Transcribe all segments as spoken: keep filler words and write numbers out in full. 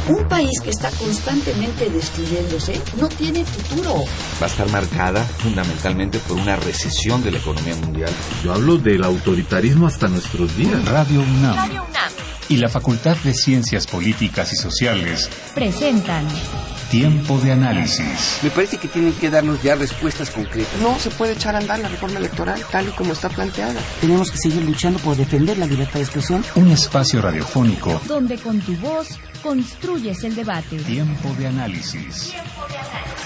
Un país que está constantemente destruyéndose no tiene futuro. Va a estar marcada fundamentalmente por una recesión de la economía mundial. Yo hablo del autoritarismo hasta nuestros días. Radio UNAM. Radio UNAM y la Facultad de Ciencias Políticas y Sociales presentan Tiempo de Análisis. Me parece que tienen que darnos ya respuestas concretas. No se puede echar a andar la reforma electoral tal y como está planteada. Tenemos que seguir luchando por defender la libertad de expresión. Un espacio radiofónico donde con tu voz construyes el debate. Tiempo de Análisis. Tiempo de Análisis.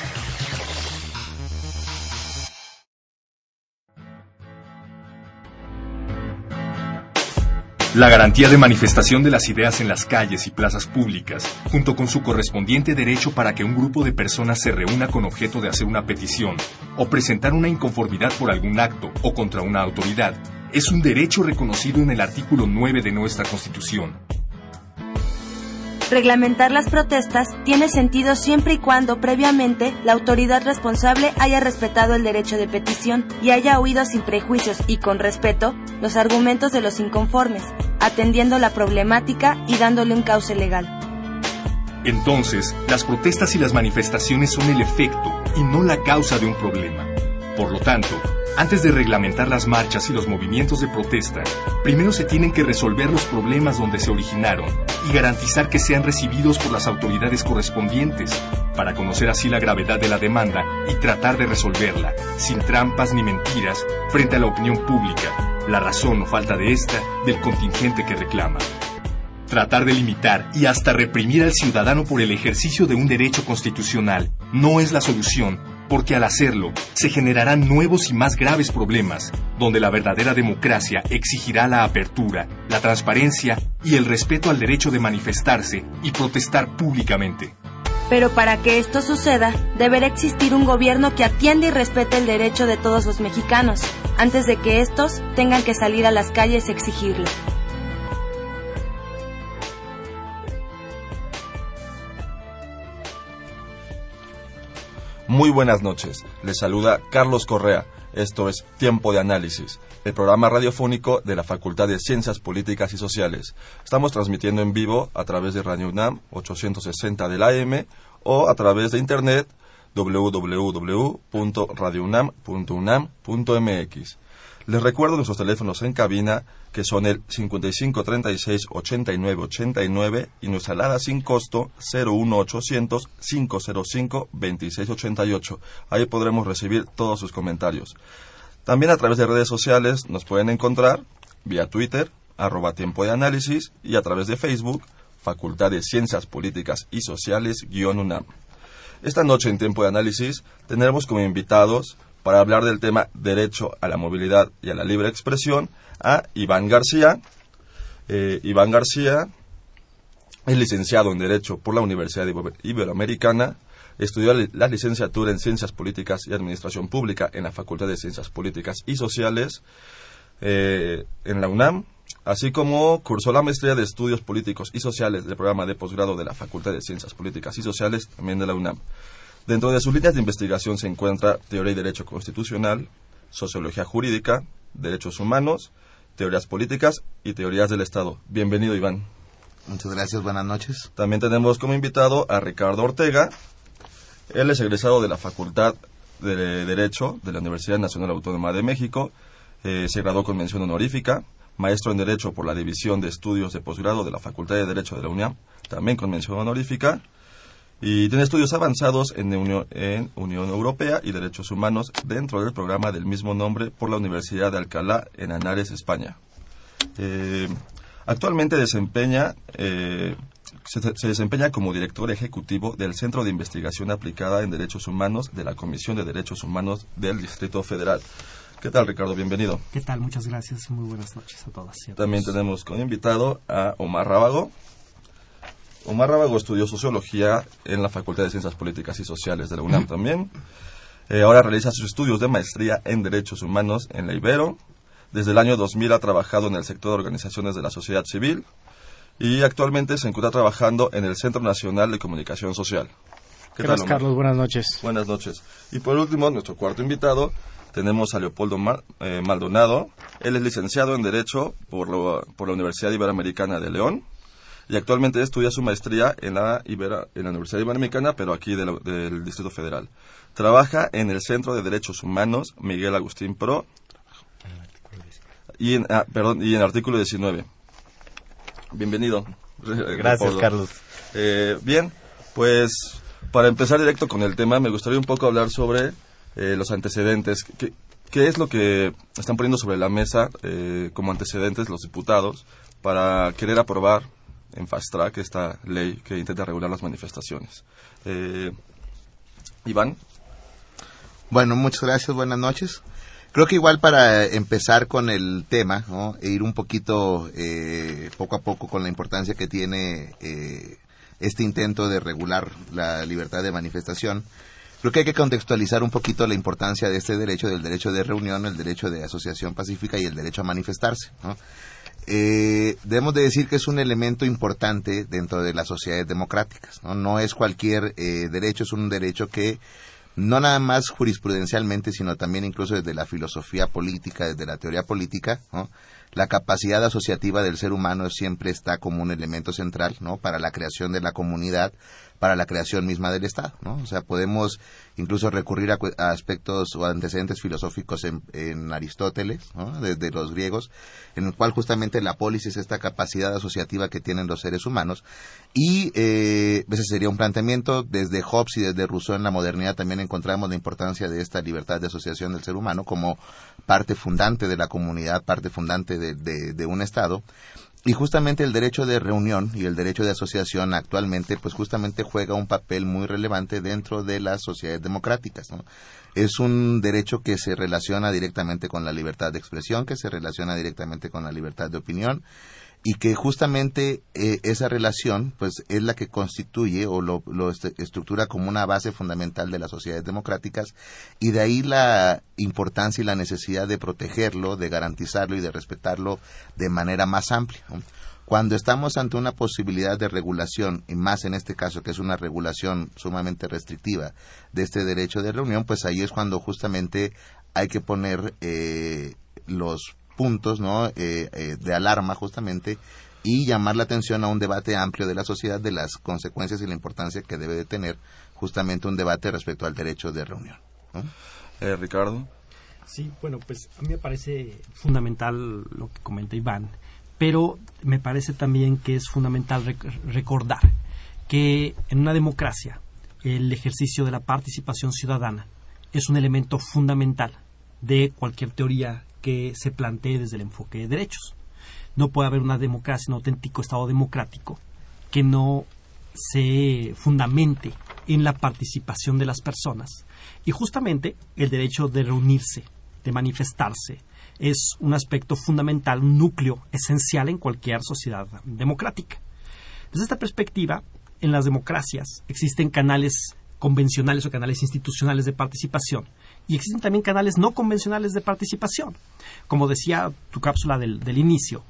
La garantía de manifestación de las ideas en las calles y plazas públicas, junto con su correspondiente derecho para que un grupo de personas se reúna con objeto de hacer una petición o presentar una inconformidad por algún acto o contra una autoridad, es un derecho reconocido en el artículo nueve de nuestra Constitución. Reglamentar las protestas tiene sentido siempre y cuando previamente la autoridad responsable haya respetado el derecho de petición y haya oído sin prejuicios y con respeto los argumentos de los inconformes, atendiendo la problemática y dándole un cauce legal. Entonces, las protestas y las manifestaciones son el efecto y no la causa de un problema. Por lo tanto, antes de reglamentar las marchas y los movimientos de protesta, primero se tienen que resolver los problemas donde se originaron y garantizar que sean recibidos por las autoridades correspondientes, para conocer así la gravedad de la demanda y tratar de resolverla, sin trampas ni mentiras, frente a la opinión pública, la razón o falta de esta del contingente que reclama. Tratar de limitar y hasta reprimir al ciudadano por el ejercicio de un derecho constitucional no es la solución, porque al hacerlo se generarán nuevos y más graves problemas, donde la verdadera democracia exigirá la apertura, la transparencia y el respeto al derecho de manifestarse y protestar públicamente. Pero para que esto suceda, deberá existir un gobierno que atienda y respete el derecho de todos los mexicanos, antes de que estos tengan que salir a las calles a exigirlo. Muy buenas noches, les saluda Carlos Correa, esto es Tiempo de Análisis, el programa radiofónico de la Facultad de Ciencias Políticas y Sociales. Estamos transmitiendo en vivo a través de Radio UNAM ochocientos sesenta del A M o a través de internet doble u doble u doble u punto radio unam punto unam punto m x. Les recuerdo nuestros teléfonos en cabina, que son el cincuenta y cinco treinta y seis ochenta y nueve ochenta y nueve y nuestra alada sin costo cero uno ochocientos cinco cero cinco veintiséis ochenta y ocho. Ahí podremos recibir todos sus comentarios. También a través de redes sociales nos pueden encontrar vía Twitter, arroba Tiempo de Análisis, y a través de Facebook, Facultad de Ciencias Políticas y Sociales, guión UNAM. Esta noche en Tiempo de Análisis tendremos como invitados, para hablar del tema Derecho a la Movilidad y a la Libre Expresión, a Iván García. Eh, Iván García es licenciado en Derecho por la Universidad Iberoamericana, estudió la licenciatura en Ciencias Políticas y Administración Pública en la Facultad de Ciencias Políticas y Sociales eh, en la UNAM, así como cursó la maestría de Estudios Políticos y Sociales del programa de posgrado de la Facultad de Ciencias Políticas y Sociales, también de la UNAM. Dentro de sus líneas de investigación se encuentra Teoría y Derecho Constitucional, Sociología Jurídica, Derechos Humanos, Teorías Políticas y Teorías del Estado. Bienvenido, Iván. Muchas gracias, buenas noches. También tenemos como invitado a Ricardo Ortega. Él es egresado de la Facultad de Derecho de la Universidad Nacional Autónoma de México. Eh, se graduó con mención honorífica, maestro en Derecho por la División de Estudios de Posgrado de la Facultad de Derecho de la UNAM, también con mención honorífica. Y tiene estudios avanzados en Unión, en Unión Europea y Derechos Humanos dentro del programa del mismo nombre por la Universidad de Alcalá en Henares, España. Eh, actualmente desempeña, eh, se, se desempeña como director ejecutivo del Centro de Investigación Aplicada en Derechos Humanos de la Comisión de Derechos Humanos del Distrito Federal. ¿Qué tal, Ricardo? Bienvenido. ¿Qué tal? Muchas gracias. Muy buenas noches a todas y a todos. También tenemos como invitado a Omar Rábago. Omar Rábago estudió Sociología en la Facultad de Ciencias Políticas y Sociales de la UNAM también. Eh, ahora realiza sus estudios de maestría en Derechos Humanos en la Ibero. Desde el año dos mil ha trabajado en el sector de organizaciones de la sociedad civil y actualmente se encuentra trabajando en el Centro Nacional de Comunicación Social. ¿Qué Gracias, tal, Carlos? Buenas noches. Buenas noches. Y por último, nuestro cuarto invitado, tenemos a Leopoldo Mar, eh, Maldonado. Él es licenciado en Derecho por, lo, por la Universidad Iberoamericana de León y actualmente estudia su maestría en la, Ibera, en la Universidad Iberoamericana, pero aquí de la, del Distrito Federal. Trabaja en el Centro de Derechos Humanos Miguel Agustín Pro y en, ah, perdón, y en Artículo diecinueve. Bienvenido. Gracias, Carlos. Eh, bien, pues para empezar directo con el tema, me gustaría un poco hablar sobre eh, los antecedentes. ¿Qué, ¿Qué es lo que están poniendo sobre la mesa eh, como antecedentes los diputados para querer aprobar en fast track esta ley que intenta regular las manifestaciones? Eh, Iván. Bueno, muchas gracias, buenas noches. Creo que igual para empezar con el tema, ¿no?, e ir un poquito eh, poco a poco con la importancia que tiene eh, este intento de regular la libertad de manifestación, creo que hay que contextualizar un poquito la importancia de este derecho, del derecho de reunión, el derecho de asociación pacífica y el derecho a manifestarse, ¿no? Eh, debemos de decir que es un elemento importante dentro de las sociedades democráticas, ¿no? No es cualquier eh, derecho, es un derecho que no nada más jurisprudencialmente, sino también incluso desde la filosofía política, desde la teoría política, ¿no?, la capacidad asociativa del ser humano siempre está como un elemento central, ¿no?, para la creación de la comunidad, para la creación misma del Estado, ¿no? O sea, podemos incluso recurrir a, a aspectos o antecedentes filosóficos en, en Aristóteles, ¿no?, desde los griegos, en el cual justamente la polis es esta capacidad asociativa que tienen los seres humanos, y eh, ese sería un planteamiento. Desde Hobbes y desde Rousseau en la modernidad también encontramos la importancia de esta libertad de asociación del ser humano como parte fundante de la comunidad, parte fundante de, de, de un Estado. Y justamente el derecho de reunión y el derecho de asociación actualmente, pues justamente juega un papel muy relevante dentro de las sociedades democráticas, ¿no? Es un derecho que se relaciona directamente con la libertad de expresión, que se relaciona directamente con la libertad de opinión, y que justamente eh, esa relación pues es la que constituye o lo, lo est- estructura como una base fundamental de las sociedades democráticas, y de ahí la importancia y la necesidad de protegerlo, de garantizarlo y de respetarlo de manera más amplia, ¿no? Cuando estamos ante una posibilidad de regulación, y más en este caso que es una regulación sumamente restrictiva de este derecho de reunión, pues ahí es cuando justamente hay que poner eh, los puntos, ¿no?, eh, eh, de alarma justamente, y llamar la atención a un debate amplio de la sociedad de las consecuencias y la importancia que debe de tener justamente un debate respecto al derecho de reunión, ¿no? Eh, Ricardo. Sí, bueno, pues a mí me parece fundamental lo que comenta Iván, pero me parece también que es fundamental rec- recordar que en una democracia el ejercicio de la participación ciudadana es un elemento fundamental de cualquier teoría que se plantee desde el enfoque de derechos. No puede haber una democracia, un auténtico Estado democrático que no se fundamente en la participación de las personas. Y justamente el derecho de reunirse, de manifestarse, es un aspecto fundamental, un núcleo esencial en cualquier sociedad democrática. Desde esta perspectiva, en las democracias existen canales convencionales o canales institucionales de participación, y existen también canales no convencionales de participación. Como decía tu cápsula del, del inicio,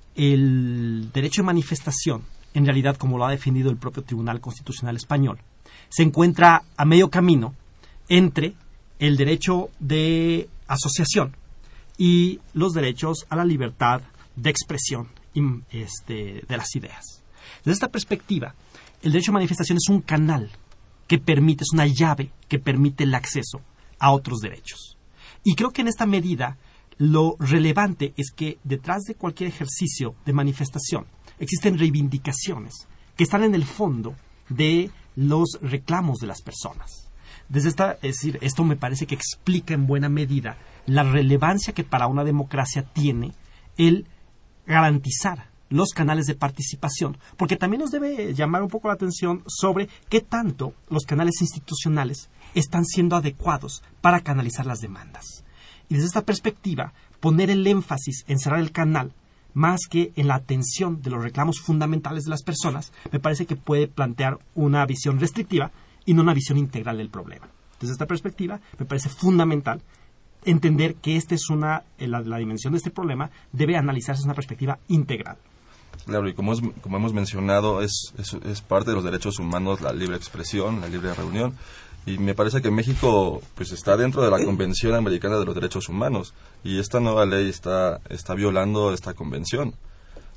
el derecho de manifestación, en realidad como lo ha definido el propio Tribunal Constitucional Español, se encuentra a medio camino entre el derecho de asociación y los derechos a la libertad de expresión este, de las ideas. Desde esta perspectiva, el derecho a manifestación es un canal que permite, es una llave que permite el acceso a otros derechos. Y creo que en esta medida lo relevante es que detrás de cualquier ejercicio de manifestación existen reivindicaciones que están en el fondo de los reclamos de las personas. Desde esta, es decir, esto me parece que explica en buena medida la relevancia que para una democracia tiene el garantizar los canales de participación, porque también nos debe llamar un poco la atención sobre qué tanto los canales institucionales están siendo adecuados para canalizar las demandas. Y desde esta perspectiva, poner el énfasis en cerrar el canal más que en la atención de los reclamos fundamentales de las personas, me parece que puede plantear una visión restrictiva y no una visión integral del problema. Desde esta perspectiva, me parece fundamental entender que esta es una, la, la dimensión de este problema debe analizarse desde una perspectiva integral. Claro, y como, es, como hemos mencionado, es, es, es parte de los derechos humanos la libre expresión, la libre reunión, y me parece que México pues está dentro de la Convención Americana de los Derechos Humanos, y esta nueva ley está, está violando esta convención.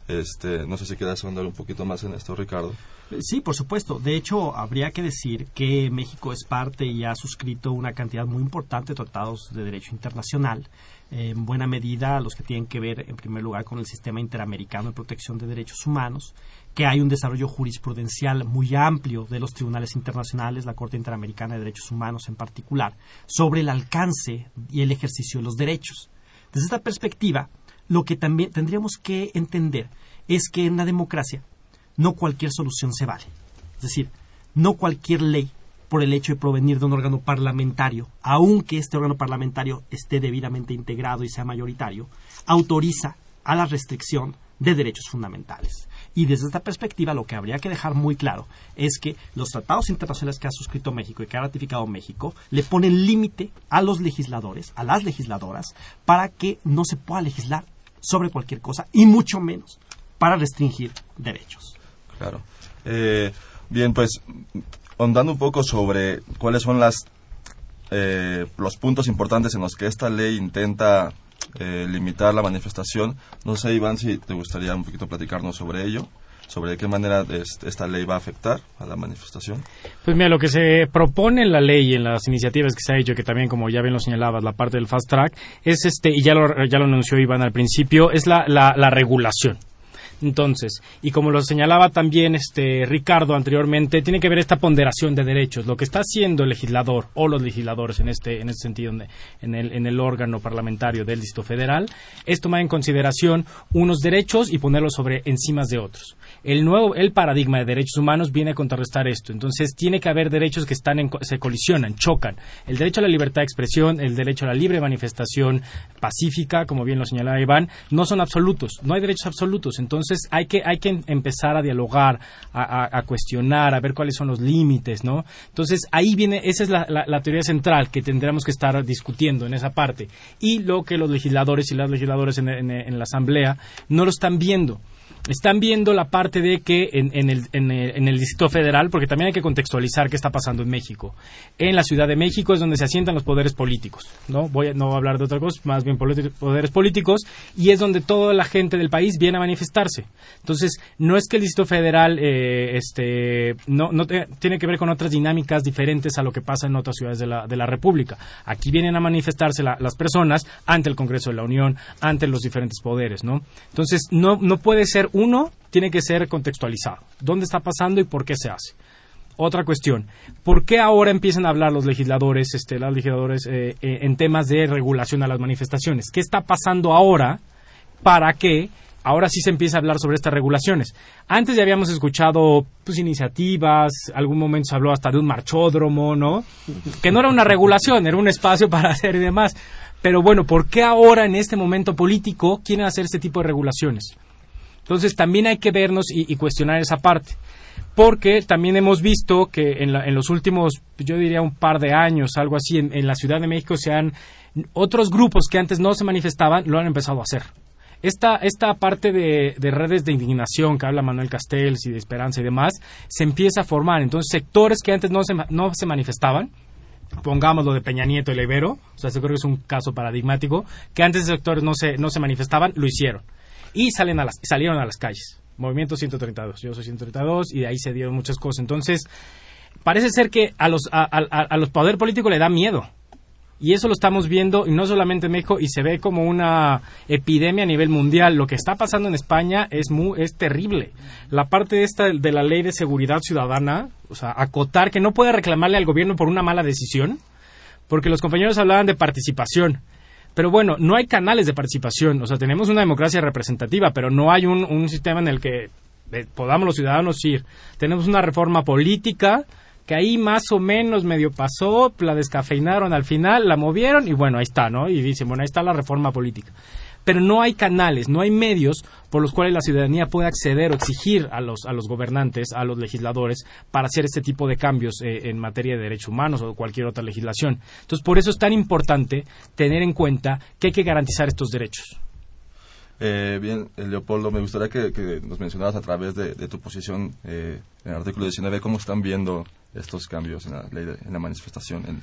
Este, no sé si quieras ahondar un poquito más en esto, Ricardo. Sí, por supuesto. De hecho, habría que decir que México es parte y ha suscrito una cantidad muy importante de tratados de derecho internacional, en buena medida los que tienen que ver, en primer lugar, con el sistema interamericano de protección de derechos humanos, que hay un desarrollo jurisprudencial muy amplio de los tribunales internacionales, la Corte Interamericana de Derechos Humanos en particular, sobre el alcance y el ejercicio de los derechos. Desde esta perspectiva, lo que también tendríamos que entender es que en la democracia no cualquier solución se vale. Es decir, no cualquier ley, por el hecho de provenir de un órgano parlamentario, aunque este órgano parlamentario esté debidamente integrado y sea mayoritario, autoriza a la restricción de derechos fundamentales. Y desde esta perspectiva lo que habría que dejar muy claro es que los tratados internacionales que ha suscrito México y que ha ratificado México le ponen límite a los legisladores, a las legisladoras, para que no se pueda legislar sobre cualquier cosa y mucho menos para restringir derechos. Claro. Eh, bien, pues, ahondando un poco sobre cuáles son las eh, los puntos importantes en los que esta ley intenta eh, limitar la manifestación. No sé, Iván, si te gustaría un poquito platicarnos sobre ello, sobre de qué manera esta ley va a afectar a la manifestación. Pues mira, lo que se propone en la ley y en las iniciativas que se ha hecho, que también, como ya bien lo señalabas, la parte del fast track, es este, y ya lo, ya lo anunció Iván al principio, es la, la, la regulación. Entonces, y como lo señalaba también este Ricardo anteriormente, tiene que ver esta ponderación de derechos. Lo que está haciendo el legislador o los legisladores en este en este sentido en el en el órgano parlamentario del Distrito Federal es tomar en consideración unos derechos y ponerlos sobre encima de otros. El nuevo el paradigma de derechos humanos viene a contrarrestar esto. Entonces, tiene que haber derechos que están en, se colisionan, chocan. El derecho a la libertad de expresión, el derecho a la libre manifestación pacífica, como bien lo señalaba Iván, no son absolutos. No hay derechos absolutos. Entonces, Entonces hay que hay que empezar a dialogar, a, a, a cuestionar, a ver cuáles son los límites, ¿no? Entonces ahí viene, esa es la, la, la teoría central que tendremos que estar discutiendo en esa parte. Y lo que los legisladores y las legisladoras en, en, en la Asamblea no lo están viendo. Están viendo la parte de que en, en, el, en, el, en el Distrito Federal, porque también hay que contextualizar qué está pasando en México. En la Ciudad de México es donde se asientan los poderes políticos, ¿no? Voy a, no voy a hablar de otra cosa, más bien poderes políticos, y es donde toda la gente del país viene a manifestarse. Entonces, no es que el Distrito Federal eh, este, no, no te, tiene que ver con otras dinámicas diferentes a lo que pasa en otras ciudades de la, de la República. Aquí vienen a manifestarse la, las personas ante el Congreso de la Unión, ante los diferentes poderes, ¿no? Entonces, no, no puede ser uno, tiene que ser contextualizado. ¿Dónde está pasando y por qué se hace? Otra cuestión, ¿por qué ahora empiezan a hablar los legisladores, este, los legisladores eh, eh, en temas de regulación a las manifestaciones? ¿Qué está pasando ahora para que ahora sí se empiece a hablar sobre estas regulaciones? Antes ya habíamos escuchado pues iniciativas, algún momento se habló hasta de un marchódromo, ¿no? Que no era una regulación, era un espacio para hacer y demás. Pero bueno, ¿por qué ahora en este momento político quieren hacer este tipo de regulaciones? Entonces también hay que vernos y, y cuestionar esa parte, porque también hemos visto que en, la, en los últimos, yo diría un par de años, algo así, en, en la Ciudad de México se han, otros grupos que antes no se manifestaban, lo han empezado a hacer. Esta, esta parte de, de redes de indignación que habla Manuel Castells y de Esperanza y demás, se empieza a formar. Entonces sectores que antes no se, no se manifestaban, pongamos lo de Peña Nieto y la Ibero, o sea, yo creo que es un caso paradigmático, que antes esos sectores no se, no se manifestaban, lo hicieron. Y salen a las, salieron a las calles. Movimiento ciento treinta y dos. Yo soy ciento treinta y dos y de ahí se dieron muchas cosas. Entonces, parece ser que a los, a, a, a los poderes políticos le da miedo. Y eso lo estamos viendo, y no solamente en México, y se ve como una epidemia a nivel mundial. Lo que está pasando en España es muy, es terrible. La parte esta de la ley de seguridad ciudadana, o sea, acotar que no puede reclamarle al gobierno por una mala decisión, porque los compañeros hablaban de participación. Pero bueno, no hay canales de participación. O sea, tenemos una democracia representativa, pero no hay un, un sistema en el que eh, podamos los ciudadanos ir. Tenemos una reforma política que ahí más o menos medio pasó, la descafeinaron al final, la movieron y bueno, ahí está, ¿no? Y dicen, bueno, ahí está la reforma política. Pero no hay canales, no hay medios por los cuales la ciudadanía puede acceder o exigir a los, a los gobernantes, a los legisladores, para hacer este tipo de cambios eh, en materia de derechos humanos o cualquier otra legislación. Entonces, por eso es tan importante tener en cuenta que hay que garantizar estos derechos. Eh, bien, Leopoldo, me gustaría que, que nos mencionaras a través de, de tu posición eh, en el artículo diecinueve cómo están viendo estos cambios en la ley de, en la manifestación. En...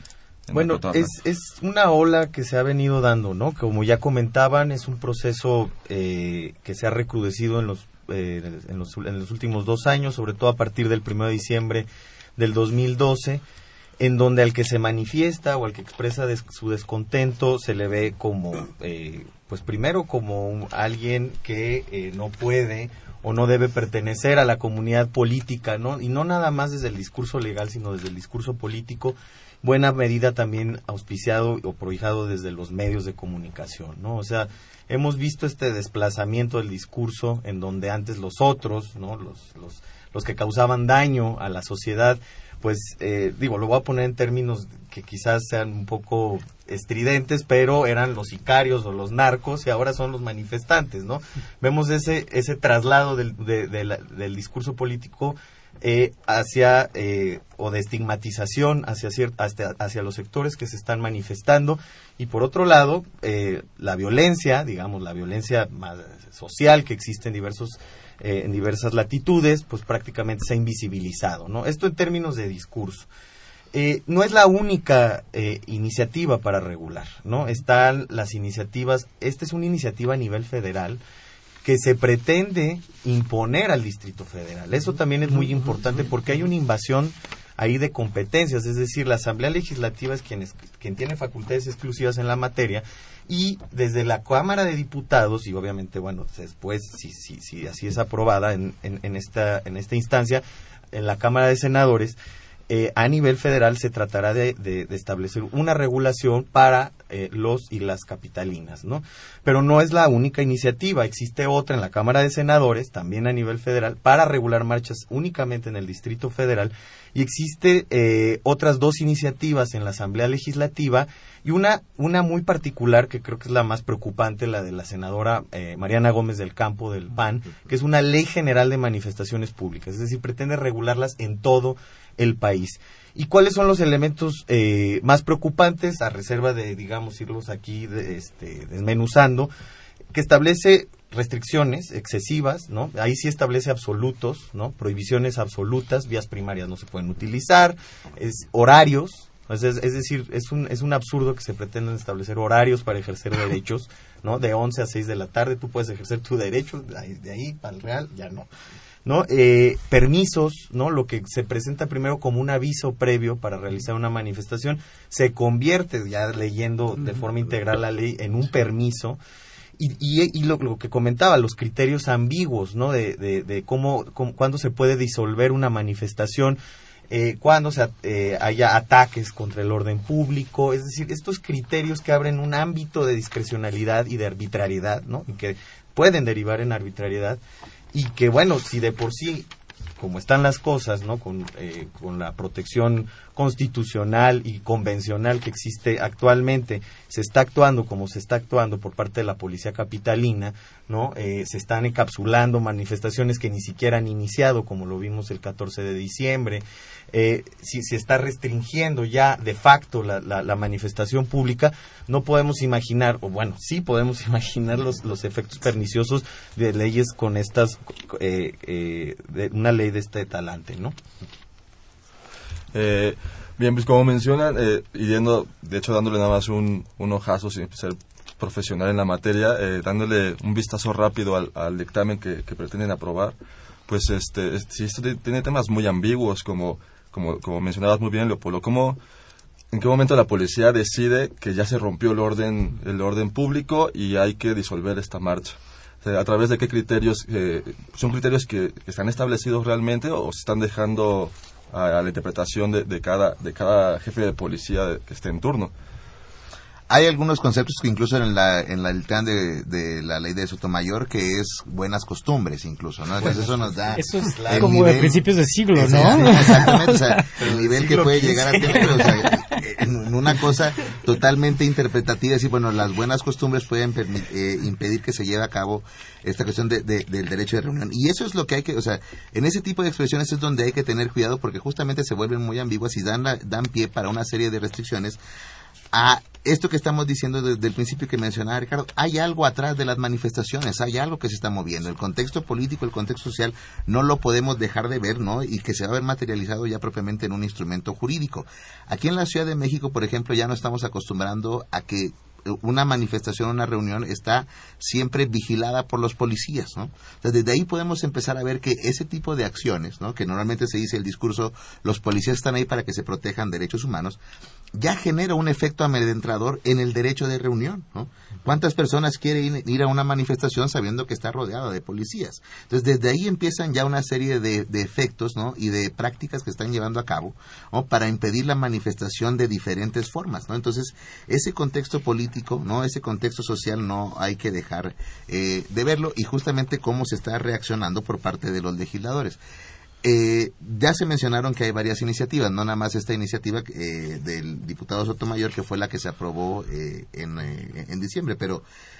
Bueno, es, es una ola que se ha venido dando, ¿no? Como ya comentaban, es un proceso eh, que se ha recrudecido en los, eh, en, los, en los últimos dos años, sobre todo a partir del primero de diciembre del dos mil doce, en donde al que se manifiesta o al que expresa des, su descontento se le ve como, eh, pues primero como un, alguien que eh, no puede o no debe pertenecer a la comunidad política, ¿no? Y no nada más desde el discurso legal, sino desde el discurso político, buena medida también auspiciado o prohijado desde los medios de comunicación, ¿no? O sea, hemos visto este desplazamiento del discurso en donde antes los otros, ¿no? Los, los, los que causaban daño a la sociedad, pues, eh, digo, lo voy a poner en términos que quizás sean un poco estridentes, pero eran los sicarios o los narcos y ahora son los manifestantes, ¿no? Vemos ese ese traslado del, de, de la, del discurso político eh, hacia, eh, o de estigmatización hacia, hacia, hacia los sectores que se están manifestando, y por otro lado, eh, la violencia, digamos, la violencia más social que existe en diversos Eh, en diversas latitudes, pues prácticamente se ha invisibilizado, ¿no? Esto en términos de discurso. Eh, no es la única eh, iniciativa para regular, ¿no? Están las iniciativas, esta es una iniciativa a nivel federal que se pretende imponer al Distrito Federal. Eso también es muy importante porque hay una invasión ahí de competencias, es decir, la Asamblea Legislativa es quien, es, quien tiene facultades exclusivas en la materia, y desde la Cámara de Diputados, y obviamente, bueno, después, si, si, si así es aprobada en, en, en, esta, en esta instancia, en la Cámara de Senadores, eh, a nivel federal se tratará de, de, de establecer una regulación para eh, los y las capitalinas, ¿no? Pero no es la única iniciativa, existe otra en la Cámara de Senadores, también a nivel federal, para regular marchas únicamente en el Distrito Federal, y existe eh, otras dos iniciativas en la Asamblea Legislativa, y una una muy particular que creo que es la más preocupante, la de la senadora eh, Mariana Gómez del Campo del P A N, que es una ley general de manifestaciones públicas, es decir, pretende regularlas en todo el país. ¿Y cuáles son los elementos eh, más preocupantes, a reserva de, digamos, irlos aquí de, este, desmenuzando? Que establece restricciones excesivas, ¿no? Ahí sí establece absolutos, ¿no? Prohibiciones absolutas, vías primarias no se pueden utilizar, es horarios, es, es decir, es un es un absurdo que se pretendan establecer horarios para ejercer derechos, ¿no? De once a seis de la tarde tú puedes ejercer tu derecho, de ahí, de ahí para el real ya no. ¿No? Eh, permisos, ¿no? Lo que se presenta primero como un aviso previo para realizar una manifestación se convierte, ya leyendo de forma integral la ley, en un permiso. Y, y, y lo, lo que comentaba, los criterios ambiguos, ¿no? De, de, de cómo, cómo, cuándo se puede disolver una manifestación, eh, cuándo se, eh, haya ataques contra el orden público, es decir, estos criterios que abren un ámbito de discrecionalidad y de arbitrariedad, ¿no? Y que pueden derivar en arbitrariedad, y que, bueno, si de por sí, como están las cosas, ¿no? Con, eh, con la protección constitucional y convencional que existe actualmente, se está actuando como se está actuando por parte de la policía capitalina, ¿no? Eh, se están encapsulando manifestaciones que ni siquiera han iniciado, como lo vimos el catorce de diciembre, eh, si se está restringiendo ya de facto la, la, la manifestación pública, no podemos imaginar, o bueno, sí podemos imaginar los, los efectos perniciosos de leyes con estas, eh, eh, de una ley de este talante, ¿no? Eh, bien, pues como mencionan, eh, y yendo, de hecho dándole nada más un, un ojazo sin ser profesional en la materia, eh, dándole un vistazo rápido al, al dictamen que, que pretenden aprobar, pues este, este, esto tiene temas muy ambiguos, como, como, como mencionabas muy bien, Leopoldo, como en qué momento la policía decide que ya se rompió el orden, el orden público y hay que disolver esta marcha. O sea, a través de qué criterios, eh, son criterios que, que están establecidos realmente o se están dejando a, a la interpretación de, de cada de cada jefe de policía de, que esté en turno. Hay algunos conceptos que incluso en la en la, el plan de, de la ley de Sotomayor, que es buenas costumbres incluso, ¿no? Entonces eso nos da... Eso es como nivel, de principios de siglo, ¿no? Exactamente, exactamente, o sea, el nivel que puede llegar a tener, o sea, en una cosa totalmente interpretativa, decir, bueno, las buenas costumbres pueden permit, eh, impedir que se lleve a cabo esta cuestión de, de, del derecho de reunión. Y eso es lo que hay que, o sea, en ese tipo de expresiones es donde hay que tener cuidado porque justamente se vuelven muy ambiguas y dan, la, dan pie para una serie de restricciones a esto que estamos diciendo desde el principio que mencionaba Ricardo, hay algo atrás de las manifestaciones, hay algo que se está moviendo. El contexto político, el contexto social, no lo podemos dejar de ver, ¿no? Y que se va a ver materializado ya propiamente en un instrumento jurídico. Aquí en la Ciudad de México, por ejemplo, ya no estamos acostumbrando a que una manifestación, una reunión está siempre vigilada por los policías, ¿no? Entonces, desde ahí podemos empezar a ver que ese tipo de acciones, ¿no? Que normalmente se dice el discurso, los policías están ahí para que se protejan derechos humanos, ya genera un efecto amedrentador en el derecho de reunión, ¿no? ¿Cuántas personas quieren ir a una manifestación sabiendo que está rodeada de policías? Entonces, desde ahí empiezan ya una serie de, de efectos, ¿no? Y de prácticas que están llevando a cabo, ¿no? Para impedir la manifestación de diferentes formas, ¿no? Entonces, ese contexto político, ¿no? Ese contexto social no hay que dejar eh, de verlo, y justamente cómo se está reaccionando por parte de los legisladores. Eh, ya se mencionaron que hay varias iniciativas, no nada más esta iniciativa eh, del diputado Sotomayor, que fue la que se aprobó eh, en, eh, en diciembre, pero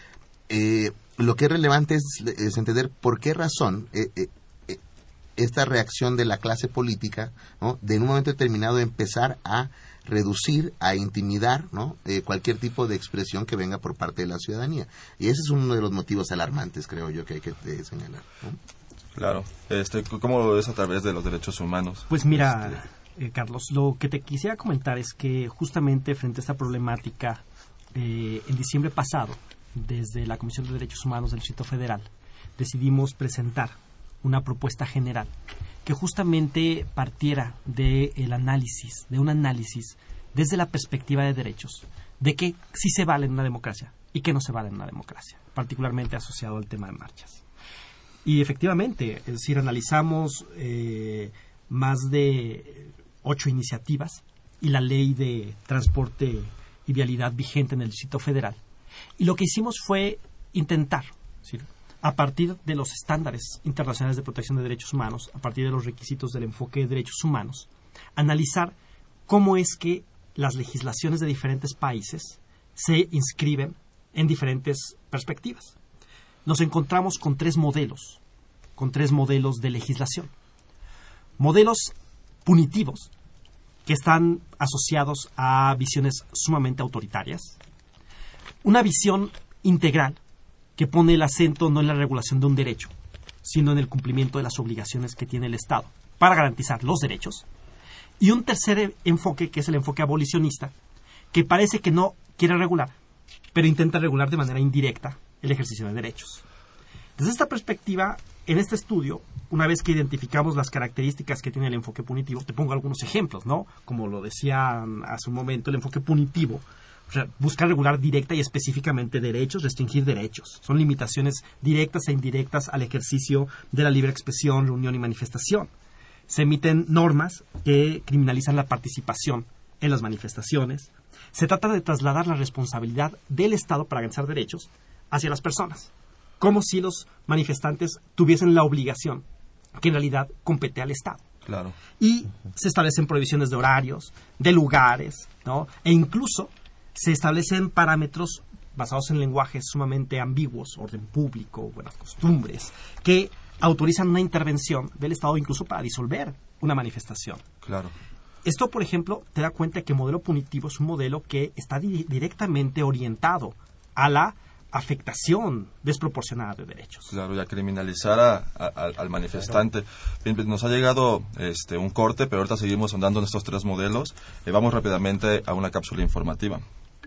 eh, lo que es relevante es, es entender por qué razón eh, eh, esta reacción de la clase política, ¿no? De en un momento determinado empezar a reducir, a intimidar, ¿no? Eh, cualquier tipo de expresión que venga por parte de la ciudadanía. Y ese es uno de los motivos alarmantes, creo yo, que hay que eh, señalar, ¿no? Claro. Este, ¿Cómo lo ves a través de los derechos humanos? Pues mira, este... eh, Carlos, lo que te quisiera comentar es que justamente frente a esta problemática, eh, en diciembre pasado, desde la Comisión de Derechos Humanos del Distrito Federal, decidimos presentar una propuesta general que justamente partiera del análisis, de un análisis desde la perspectiva de derechos, de que sí se vale en una democracia y que no se vale en una democracia, particularmente asociado al tema de marchas. Y efectivamente, es decir, analizamos eh, más de ocho iniciativas y la ley de transporte y vialidad vigente en el Distrito Federal. Y lo que hicimos fue intentar, ¿sí?, a partir de los estándares internacionales de protección de derechos humanos, a partir de los requisitos del enfoque de derechos humanos, analizar cómo es que las legislaciones de diferentes países se inscriben en diferentes perspectivas. Nos encontramos con tres modelos, con tres modelos de legislación. Modelos punitivos, que están asociados a visiones sumamente autoritarias. Una visión integral, que pone el acento no en la regulación de un derecho, sino en el cumplimiento de las obligaciones que tiene el Estado para garantizar los derechos. Y un tercer enfoque, que es el enfoque abolicionista, que parece que no quiere regular, pero intenta regular de manera indirecta el ejercicio de derechos. Desde esta perspectiva, en este estudio, una vez que identificamos las características que tiene el enfoque punitivo, te pongo algunos ejemplos, ¿no? Como lo decía hace un momento, el enfoque punitivo, o sea, busca regular directa y específicamente derechos, restringir derechos. Son limitaciones directas e indirectas al ejercicio de la libre expresión, reunión y manifestación. Se emiten normas que criminalizan la participación en las manifestaciones. Se trata de trasladar la responsabilidad del Estado para garantizar derechos hacia las personas, como si los manifestantes tuviesen la obligación que en realidad compete al Estado. Claro. Y se establecen prohibiciones de horarios, de lugares, ¿no? E incluso se establecen parámetros basados en lenguajes sumamente ambiguos, orden público, buenas costumbres, que autorizan una intervención del Estado incluso para disolver una manifestación. Claro. Esto, por ejemplo, te da cuenta que el modelo punitivo es un modelo que está di- directamente orientado a la afectación desproporcionada de derechos. Claro, y a criminalizar a, a, al manifestante. Bien, nos ha llegado este un corte, pero ahorita seguimos andando en estos tres modelos. Eh, vamos rápidamente a una cápsula informativa.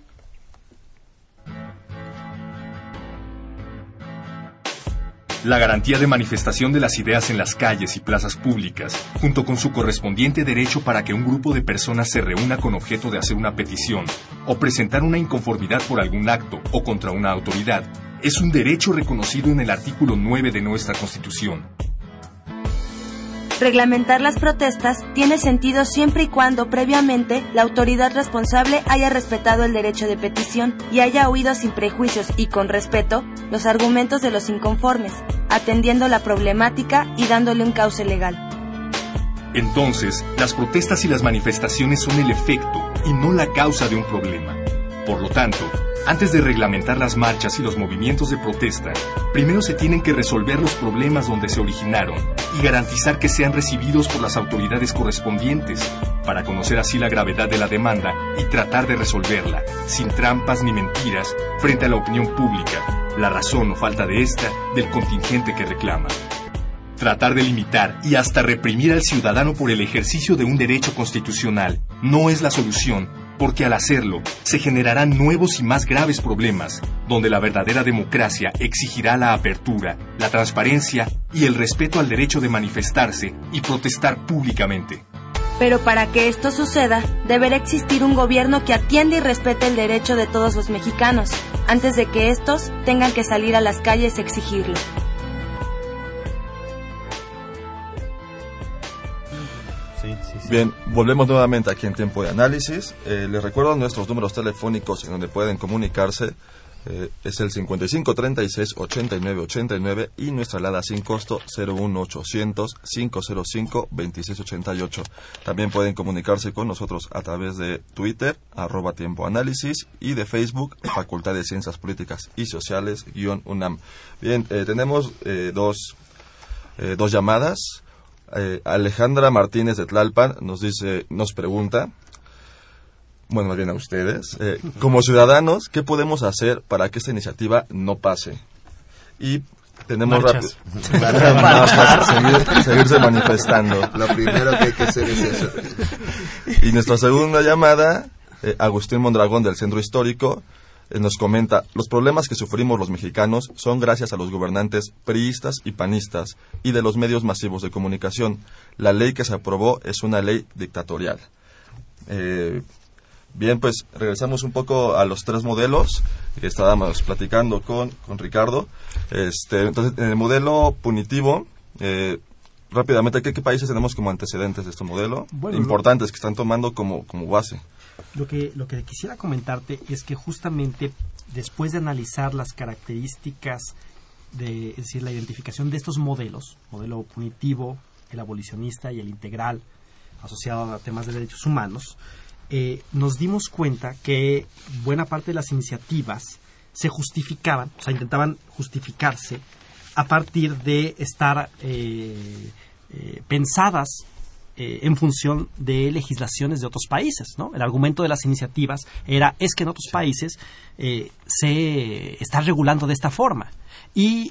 La garantía de manifestación de las ideas en las calles y plazas públicas, junto con su correspondiente derecho para que un grupo de personas se reúna con objeto de hacer una petición o presentar una inconformidad por algún acto o contra una autoridad, es un derecho reconocido en el artículo nueve de nuestra Constitución. Reglamentar las protestas tiene sentido siempre y cuando previamente la autoridad responsable haya respetado el derecho de petición y haya oído sin prejuicios y con respeto los argumentos de los inconformes, atendiendo la problemática y dándole un cauce legal. Entonces, las protestas y las manifestaciones son el efecto y no la causa de un problema. Por lo tanto, Antes de reglamentar las marchas y los movimientos de protesta, primero se tienen que resolver los problemas donde se originaron y garantizar que sean recibidos por las autoridades correspondientes, para conocer así la gravedad de la demanda y tratar de resolverla, sin trampas ni mentiras, frente a la opinión pública, la razón o falta de esta del contingente que reclama. Tratar de limitar y hasta reprimir al ciudadano por el ejercicio de un derecho constitucional no es la solución, porque al hacerlo se generarán nuevos y más graves problemas, donde la verdadera democracia exigirá la apertura, la transparencia y el respeto al derecho de manifestarse y protestar públicamente. Pero para que esto suceda, deberá existir un gobierno que atienda y respete el derecho de todos los mexicanos, antes de que estos tengan que salir a las calles a exigirlo. Bien, volvemos nuevamente aquí en Tiempo de Análisis. Eh, les recuerdo nuestros números telefónicos en donde pueden comunicarse. Eh, es el cincuenta y cinco treinta y seis ochenta y nueve ochenta y nueve y nuestra alada sin costo cero uno ochocientos cinco cero cinco veintiséis ochenta y ocho. También pueden comunicarse con nosotros a través de Twitter, arroba Tiempo Análisis, y de Facebook, Facultad de Ciencias Políticas y Sociales, guión UNAM. Bien, eh, tenemos eh, dos, eh, dos llamadas. Eh, Alejandra Martínez de Tlalpan nos dice, nos pregunta, bueno, más bien a ustedes, eh, como ciudadanos, ¿qué podemos hacer para que esta iniciativa no pase? Y tenemos rápido seguir, seguirse manifestando. Lo primero que hay que hacer es eso. Y nuestra segunda llamada, eh, Agustín Mondragón del Centro Histórico, eh, nos comenta, los problemas que sufrimos los mexicanos son gracias a los gobernantes priistas y panistas y de los medios masivos de comunicación. La ley que se aprobó es una ley dictatorial. Eh, bien, pues regresamos un poco a los tres modelos que estábamos platicando con, con Ricardo. Este, entonces, en el modelo punitivo, eh, rápidamente, ¿qué, ¿qué países tenemos como antecedentes de este modelo? Bueno, importantes, que están tomando como, como base. Lo que, lo que quisiera comentarte es que justamente después de analizar las características, de, es decir, la identificación de estos modelos, modelo punitivo, el abolicionista y el integral, asociado a temas de derechos humanos, eh, nos dimos cuenta que buena parte de las iniciativas se justificaban, o sea, intentaban justificarse a partir de estar eh, eh, pensadas Eh, en función de legislaciones de otros países, ¿no? El argumento de las iniciativas era, es que en otros países eh, se está regulando de esta forma. Y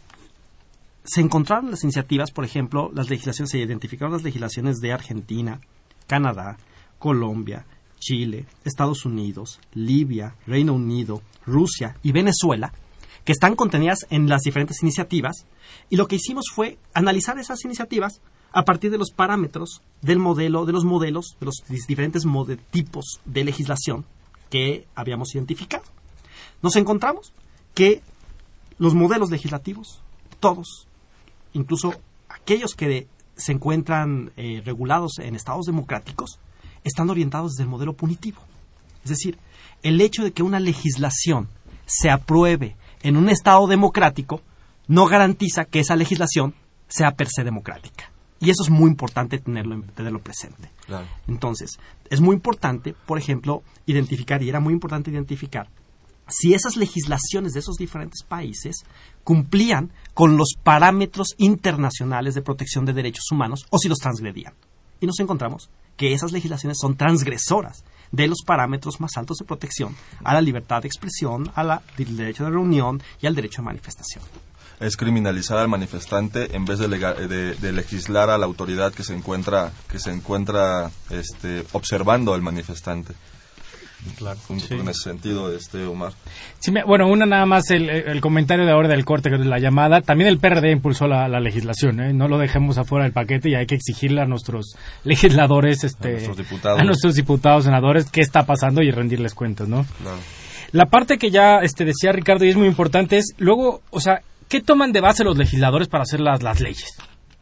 se encontraron las iniciativas, por ejemplo, las legislaciones, se identificaron las legislaciones de Argentina, Canadá, Colombia, Chile, Estados Unidos, Libia, Reino Unido, Rusia y Venezuela, que están contenidas en las diferentes iniciativas, y lo que hicimos fue analizar esas iniciativas a partir de los parámetros del modelo, de los modelos, de los diferentes mod- tipos de legislación que habíamos identificado. Nos encontramos que los modelos legislativos, todos, incluso aquellos que se encuentran eh, regulados en estados democráticos, están orientados desde el modelo punitivo. Es decir, el hecho de que una legislación se apruebe en un estado democrático no garantiza que esa legislación sea per se democrática. Y eso es muy importante tenerlo, tenerlo presente. Claro. Entonces, es muy importante, por ejemplo, identificar, y era muy importante identificar, si esas legislaciones de esos diferentes países cumplían con los parámetros internacionales de protección de derechos humanos o si los transgredían. Y nos encontramos que esas legislaciones son transgresoras de los parámetros más altos de protección a la libertad de expresión, al derecho de reunión y al derecho de manifestación. Es criminalizar al manifestante en vez de, lega- de, de legislar a la autoridad que se encuentra que se encuentra este, observando al manifestante. Claro, un, sí. En ese sentido, este Omar. Sí, me, bueno, una nada más el, el comentario de ahora del corte, de la llamada. También el P R D impulsó la, la legislación, ¿eh? No lo dejemos afuera del paquete y hay que exigirle a nuestros legisladores, este, a nuestros diputados, a nuestros diputados, senadores, qué está pasando y rendirles cuentas, ¿no? Claro. La parte que ya este, decía Ricardo y es muy importante es, luego, o sea, ¿qué toman de base los legisladores para hacer las, las leyes?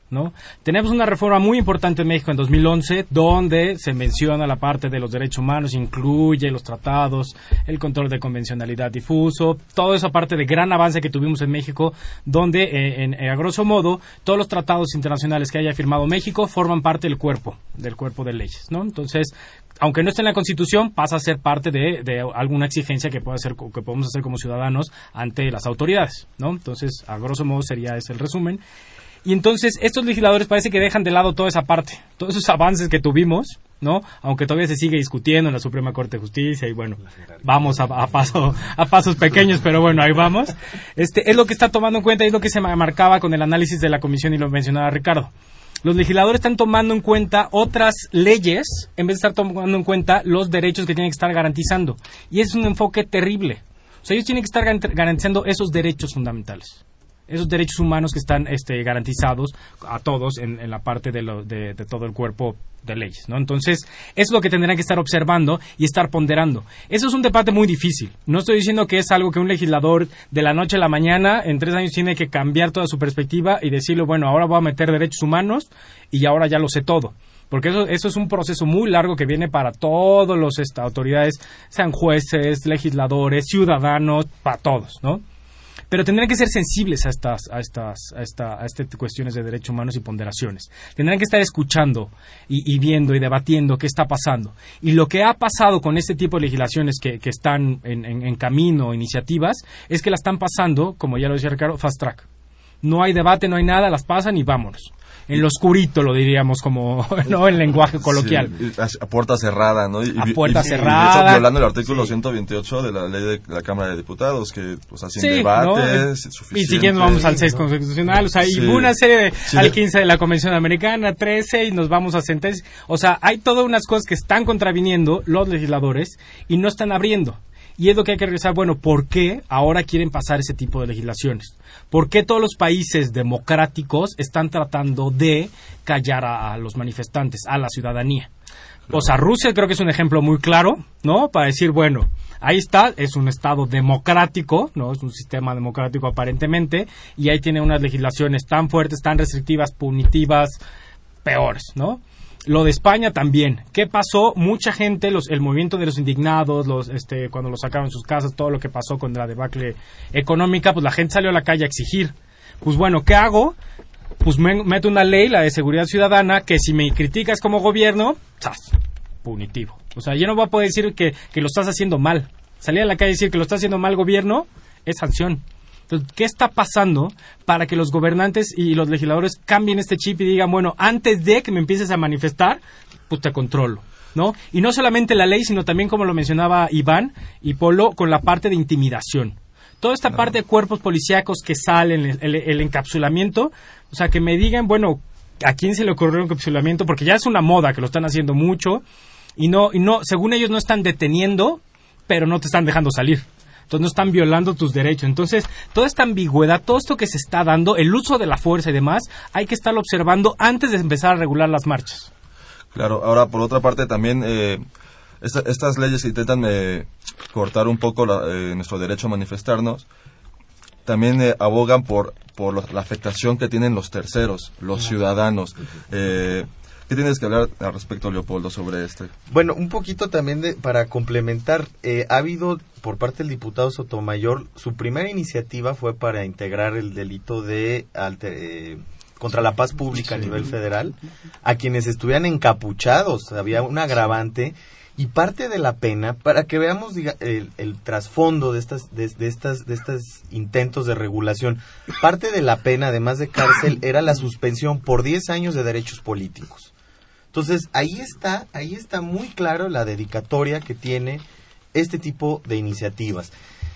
¿no? Tenemos una reforma muy importante en México en dos mil once, donde se menciona la parte de los derechos humanos, incluye los tratados, el control de convencionalidad difuso, toda esa parte de gran avance que tuvimos en México, donde, eh, en, eh, a grosso modo, todos los tratados internacionales que haya firmado México forman parte del cuerpo, del cuerpo de leyes, ¿no? Entonces, aunque no esté en la Constitución, pasa a ser parte de, de alguna exigencia que pueda hacer, que podemos hacer como ciudadanos ante las autoridades, ¿no? Entonces, a grosso modo sería ese el resumen. Y entonces estos legisladores parece que dejan de lado toda esa parte, todos esos avances que tuvimos, ¿no? Aunque todavía se sigue discutiendo en la Suprema Corte de Justicia y bueno, vamos a, a paso a pasos pequeños, pero bueno, ahí vamos. Este es lo que está tomando en cuenta y es lo que se marcaba con el análisis de la comisión y lo mencionaba Ricardo. Los legisladores están tomando en cuenta otras leyes en vez de estar tomando en cuenta los derechos que tienen que estar garantizando. Y es un enfoque terrible. O sea, ellos tienen que estar garantizando esos derechos fundamentales, esos derechos humanos que están este, garantizados a todos en, en la parte de, lo, de, de todo el cuerpo de leyes, ¿no? Entonces, eso es lo que tendrán que estar observando y estar ponderando. Eso es un debate muy difícil. No estoy diciendo que es algo que un legislador de la noche a la mañana, en tres años, tiene que cambiar toda su perspectiva y decirle, bueno, ahora voy a meter derechos humanos y ahora ya lo sé todo. Porque eso, eso es un proceso muy largo que viene para todos los esta, autoridades, sean jueces, legisladores, ciudadanos, para todos, ¿no? Pero tendrán que ser sensibles a estas a estas a esta a estas cuestiones de derechos humanos y ponderaciones. Tendrán que estar escuchando y, y viendo y debatiendo qué está pasando. Y lo que ha pasado con este tipo de legislaciones que, que están en, en, en camino, iniciativas, es que las están pasando, como ya lo decía Ricardo, fast track. No hay debate, no hay nada, las pasan y vámonos. En lo oscurito, lo diríamos como, ¿no? En lenguaje coloquial. Sí, a puerta cerrada, ¿no? Y, a puerta y, cerrada. Y de hecho, violando el artículo sí. ciento veintiocho de la ley de la Cámara de Diputados, que, o sea, sin sí, debate, ¿no? Es suficiente. Y siguiendo vamos al seis ¿no? constitucional, o sea, sí. y una serie de, sí. al quince de la Convención Americana, trece, y nos vamos a sentencia. O sea, hay todas unas cosas que están contraviniendo los legisladores y no están abriendo. Y es lo que hay que revisar, bueno, ¿por qué ahora quieren pasar ese tipo de legislaciones? ¿Por qué todos los países democráticos están tratando de callar a, a los manifestantes, a la ciudadanía? O sea, Rusia creo que es un ejemplo muy claro, ¿no? Para decir, bueno, ahí está, es un estado democrático, ¿no? Es un sistema democrático aparentemente, y ahí tiene unas legislaciones tan fuertes, tan restrictivas, punitivas, peores, ¿no? Lo de España también. ¿Qué pasó? Mucha gente, los, el movimiento de los indignados, los, este, cuando los sacaron de sus casas, todo lo que pasó con la debacle económica, pues la gente salió a la calle a exigir. Pues bueno, ¿qué hago? Pues me, meto una ley, la de seguridad ciudadana, que si me criticas como gobierno, ¡zas! Punitivo. O sea, yo no voy a poder decir que, que lo estás haciendo mal. Salir a la calle y decir que lo está haciendo mal gobierno es sanción. Entonces, ¿qué está pasando para que los gobernantes y los legisladores cambien este chip y digan, bueno, antes de que me empieces a manifestar, pues te controlo, ¿no? Y no solamente la ley, sino también, como lo mencionaba Iván y Polo, con la parte de intimidación. Toda esta parte de cuerpos policíacos que salen, el, el, el encapsulamiento, o sea, que me digan, bueno, ¿a quién se le ocurrió el encapsulamiento? Porque ya es una moda que lo están haciendo mucho y no, y no, según ellos no están deteniendo, pero no te están dejando salir. Entonces no están violando tus derechos. Entonces, toda esta ambigüedad, todo esto que se está dando, el uso de la fuerza y demás, hay que estarlo observando antes de empezar a regular las marchas. Claro, ahora por otra parte también eh, esta, estas leyes que intentan eh, cortar un poco la, eh, nuestro derecho a manifestarnos, también eh, abogan por, por lo, la afectación que tienen los terceros, los ciudadanos. Eh, ¿Qué tienes que hablar al respecto, Leopoldo, sobre este? Bueno, un poquito también de, para complementar, eh, ha habido por parte del diputado Sotomayor, su primera iniciativa fue para integrar el delito de alter, eh, contra la paz pública a nivel federal, a quienes estuvieran encapuchados, había un agravante, y parte de la pena, para que veamos diga, el, el trasfondo de estas, de, de estas, de estos intentos de regulación, parte de la pena, además de cárcel, era la suspensión por diez años de derechos políticos. Entonces, ahí está, ahí está muy claro la dedicatoria que tiene este tipo de iniciativas.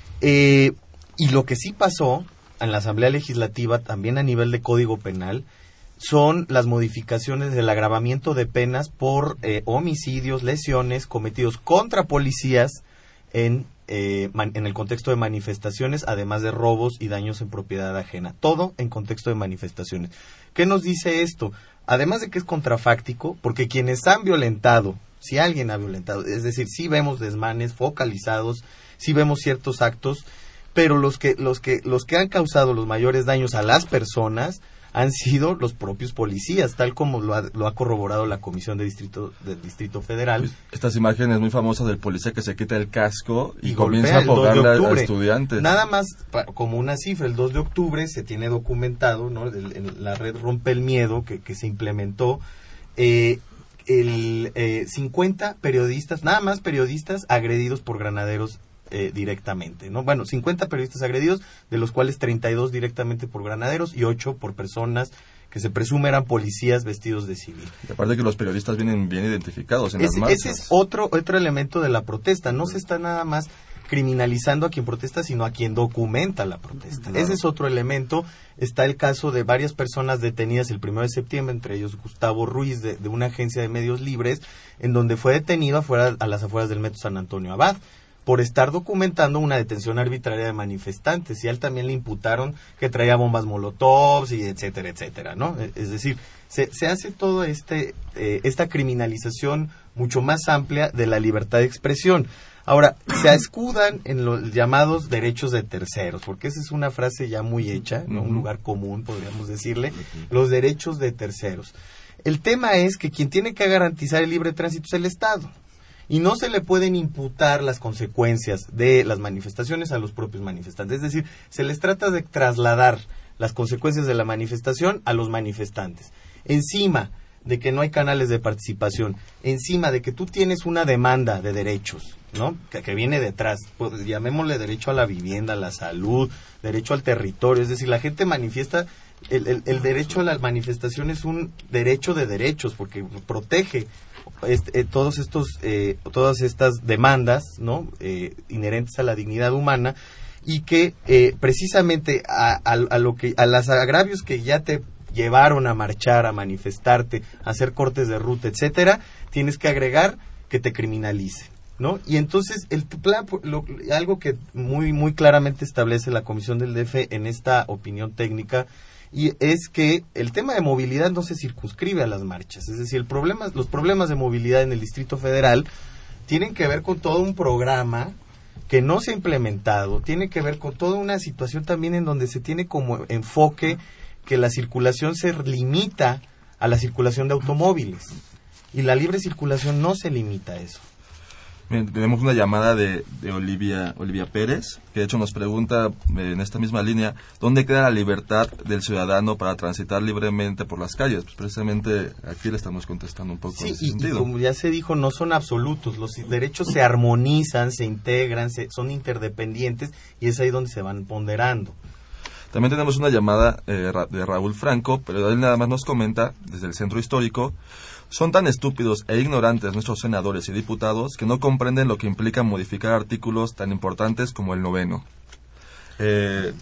Eh, y lo que sí pasó en la Asamblea Legislativa, también a nivel de Código Penal, son las modificaciones del agravamiento de penas por eh, homicidios, lesiones cometidos contra policías en, eh, man, en el contexto de manifestaciones, además de robos y daños en propiedad ajena. Todo en contexto de manifestaciones. ¿Qué nos dice esto? Además de que es contrafáctico, porque quienes han violentado, si alguien ha violentado, es decir, sí vemos desmanes focalizados, sí vemos ciertos actos, pero los que, los que, los que han causado los mayores daños a las personas han sido los propios policías, tal como lo ha, lo ha corroborado la Comisión de Distrito del Distrito Federal. Estas imágenes muy famosas del policía que se quita el casco y, y comienza a pegarle a estudiantes. Nada más pa, como una cifra, el dos de octubre se tiene documentado, ¿no? El, el, la red Rompe el Miedo que, que se implementó, eh, el eh, cincuenta periodistas, nada más periodistas agredidos por granaderos eh, directamente, ¿no? Bueno, cincuenta periodistas agredidos, de los cuales treinta y dos directamente por granaderos y ocho por personas que se presume eran policías vestidos de civil. Y aparte que los periodistas vienen bien identificados en ese, las marchas. Ese es otro, otro elemento de la protesta, no se está nada más criminalizando a quien protesta, sino a quien documenta la protesta. Claro. Ese es otro elemento. Está el caso de varias personas detenidas el primero de septiembre, entre ellos Gustavo Ruiz, de, de una agencia de medios libres, en donde fue detenido afuera, a las afueras del Metro San Antonio Abad, por estar documentando una detención arbitraria de manifestantes, y a él también le imputaron que traía bombas molotovs y etcétera, etcétera, ¿no? Es decir, se, se hace toda este, eh, esta criminalización mucho más amplia de la libertad de expresión. Ahora, se escudan en los llamados derechos de terceros, porque esa es una frase ya muy hecha, ¿no? Un lugar común, podríamos decirle, los derechos de terceros. El tema es que quien tiene que garantizar el libre tránsito es el Estado, y no se le pueden imputar las consecuencias de las manifestaciones a los propios manifestantes. Es decir, se les trata de trasladar las consecuencias de la manifestación a los manifestantes. Encima de que no hay canales de participación, encima de que tú tienes una demanda de derechos, ¿no? Que, que viene detrás, pues, llamémosle derecho a la vivienda, a la salud, derecho al territorio, es decir, la gente manifiesta, el, el, el derecho a la manifestación es un derecho de derechos, porque protege este, eh, todos estos, eh, todas estas demandas, ¿no? Eh, inherentes a la dignidad humana, y que eh, precisamente a, a, a lo que, a los agravios que ya te llevaron a marchar, a manifestarte, a hacer cortes de ruta, etcétera, tienes que agregar que te criminalice, ¿no? Y entonces el plan, lo, algo que muy muy claramente establece la Comisión del D F en esta opinión técnica, y es que el tema de movilidad no se circunscribe a las marchas, es decir, el problema, los problemas de movilidad en el Distrito Federal tienen que ver con todo un programa que no se ha implementado, tiene que ver con toda una situación también en donde se tiene como enfoque que la circulación se limita a la circulación de automóviles, y la libre circulación no se limita a eso. Bien, tenemos una llamada de, de Olivia, Olivia Pérez, que de hecho nos pregunta eh, en esta misma línea, ¿dónde queda la libertad del ciudadano para transitar libremente por las calles? Pues precisamente aquí le estamos contestando un poco sí, en ese y, sentido. y como ya se dijo, no son absolutos, los derechos se armonizan, se integran, se, son interdependientes, y es ahí donde se van ponderando. También tenemos una llamada eh, de Raúl Franco, pero él nada más nos comenta, desde el Centro Histórico, son tan estúpidos e ignorantes nuestros senadores y diputados que no comprenden lo que implica modificar artículos tan importantes como el noveno. Eh,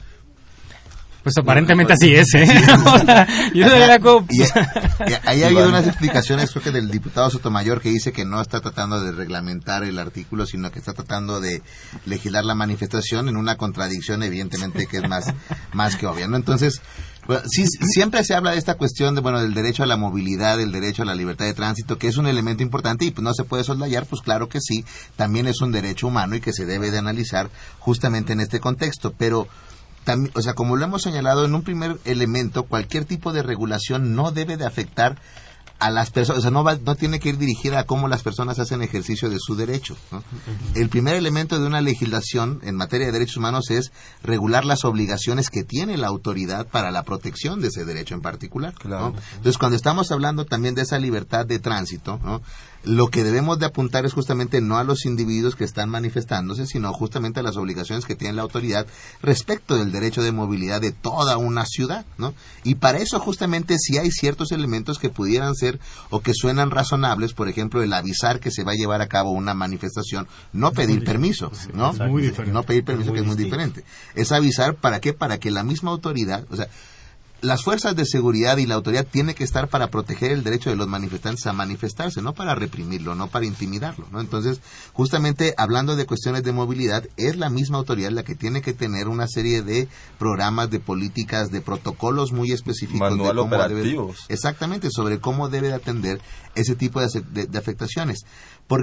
Pues aparentemente así es, ¿eh? Yo no era como... y, y, ahí ha habido unas explicaciones, creo que del diputado Sotomayor, que dice que no está tratando de reglamentar el artículo, sino que está tratando de legislar la manifestación, en una contradicción evidentemente que es más, más que obvia, ¿no? Entonces, bueno, sí, siempre se habla de esta cuestión de, bueno, del derecho a la movilidad, del derecho a la libertad de tránsito, que es un elemento importante y pues no se puede soslayar, pues claro que sí, también es un derecho humano y que se debe de analizar justamente en este contexto, pero también, o sea, como lo hemos señalado en un primer elemento, cualquier tipo de regulación no debe de afectar a las personas, o sea, no va, no tiene que ir dirigida a cómo las personas hacen ejercicio de su derecho, ¿no? Uh-huh. El primer elemento de una legislación en materia de derechos humanos es regular las obligaciones que tiene la autoridad para la protección de ese derecho en particular, claro, ¿no? Entonces, cuando estamos hablando también de esa libertad de tránsito, ¿no?, lo que debemos de apuntar es justamente no a los individuos que están manifestándose, sino justamente a las obligaciones que tiene la autoridad respecto del derecho de movilidad de toda una ciudad, ¿no? Y para eso justamente sí hay ciertos elementos que pudieran ser o que suenan razonables, por ejemplo, el avisar que se va a llevar a cabo una manifestación, no pedir permiso, ¿no? Muy diferente. No pedir permiso, que es muy diferente. Es avisar, ¿para qué? Para que la misma autoridad, o sea, las fuerzas de seguridad y la autoridad tienen que estar para proteger el derecho de los manifestantes a manifestarse, no para reprimirlo, no para intimidarlo, ¿no? Entonces, justamente hablando de cuestiones de movilidad, es la misma autoridad la que tiene que tener una serie de programas, de políticas, de protocolos muy específicos. Manual de cómo operativos. Debe, exactamente, sobre cómo debe de atender ese tipo de, de, de afectaciones. Porque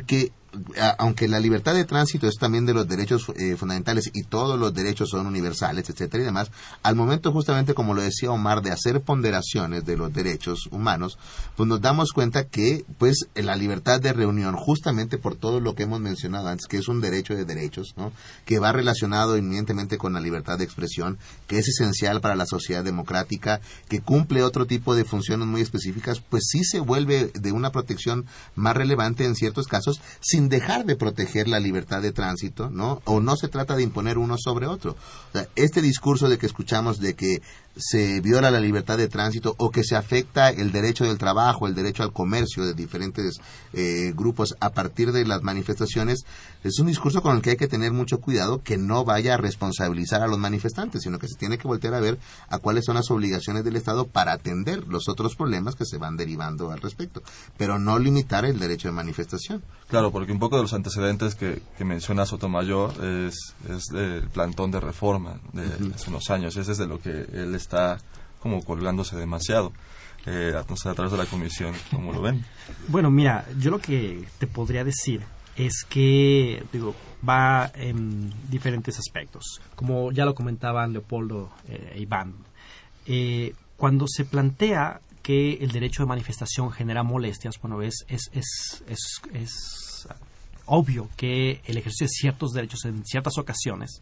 a, aunque la libertad de tránsito es también de los derechos eh, fundamentales y todos los derechos son universales, etcétera y demás, al momento justamente, como lo decía Omar, de hacer ponderaciones de los derechos humanos, pues nos damos cuenta que pues la libertad de reunión, justamente por todo lo que hemos mencionado antes, que es un derecho de derechos, ¿no?, que va relacionado inminentemente con la libertad de expresión, que es esencial para la sociedad democrática, que cumple otro tipo de funciones muy específicas, pues sí se vuelve de una protección más relevante en ciertos casos, sin dejar de proteger la libertad de tránsito, ¿no? O no se trata de imponer uno sobre otro. O sea, este discurso de que escuchamos de que se viola la libertad de tránsito o que se afecta el derecho del trabajo, el derecho al comercio de diferentes eh, grupos a partir de las manifestaciones, es un discurso con el que hay que tener mucho cuidado, que no vaya a responsabilizar a los manifestantes, sino que se tiene que voltear a ver a cuáles son las obligaciones del Estado para atender los otros problemas que se van derivando al respecto, pero no limitar el derecho de manifestación. Claro, porque un poco de los antecedentes que, que menciona Sotomayor es, es el plantón de reforma de uh-huh. hace unos años. Ese es de lo que él está como colgándose demasiado. Eh, no sé, a través de la comisión, ¿cómo lo ven? Bueno, mira, yo lo que te podría decir es que, digo, va en diferentes aspectos. Como ya lo comentaban Leopoldo e eh, Iván, eh, cuando se plantea que el derecho de manifestación genera molestias, bueno, es, es, es, es, es obvio que el ejercicio de ciertos derechos en ciertas ocasiones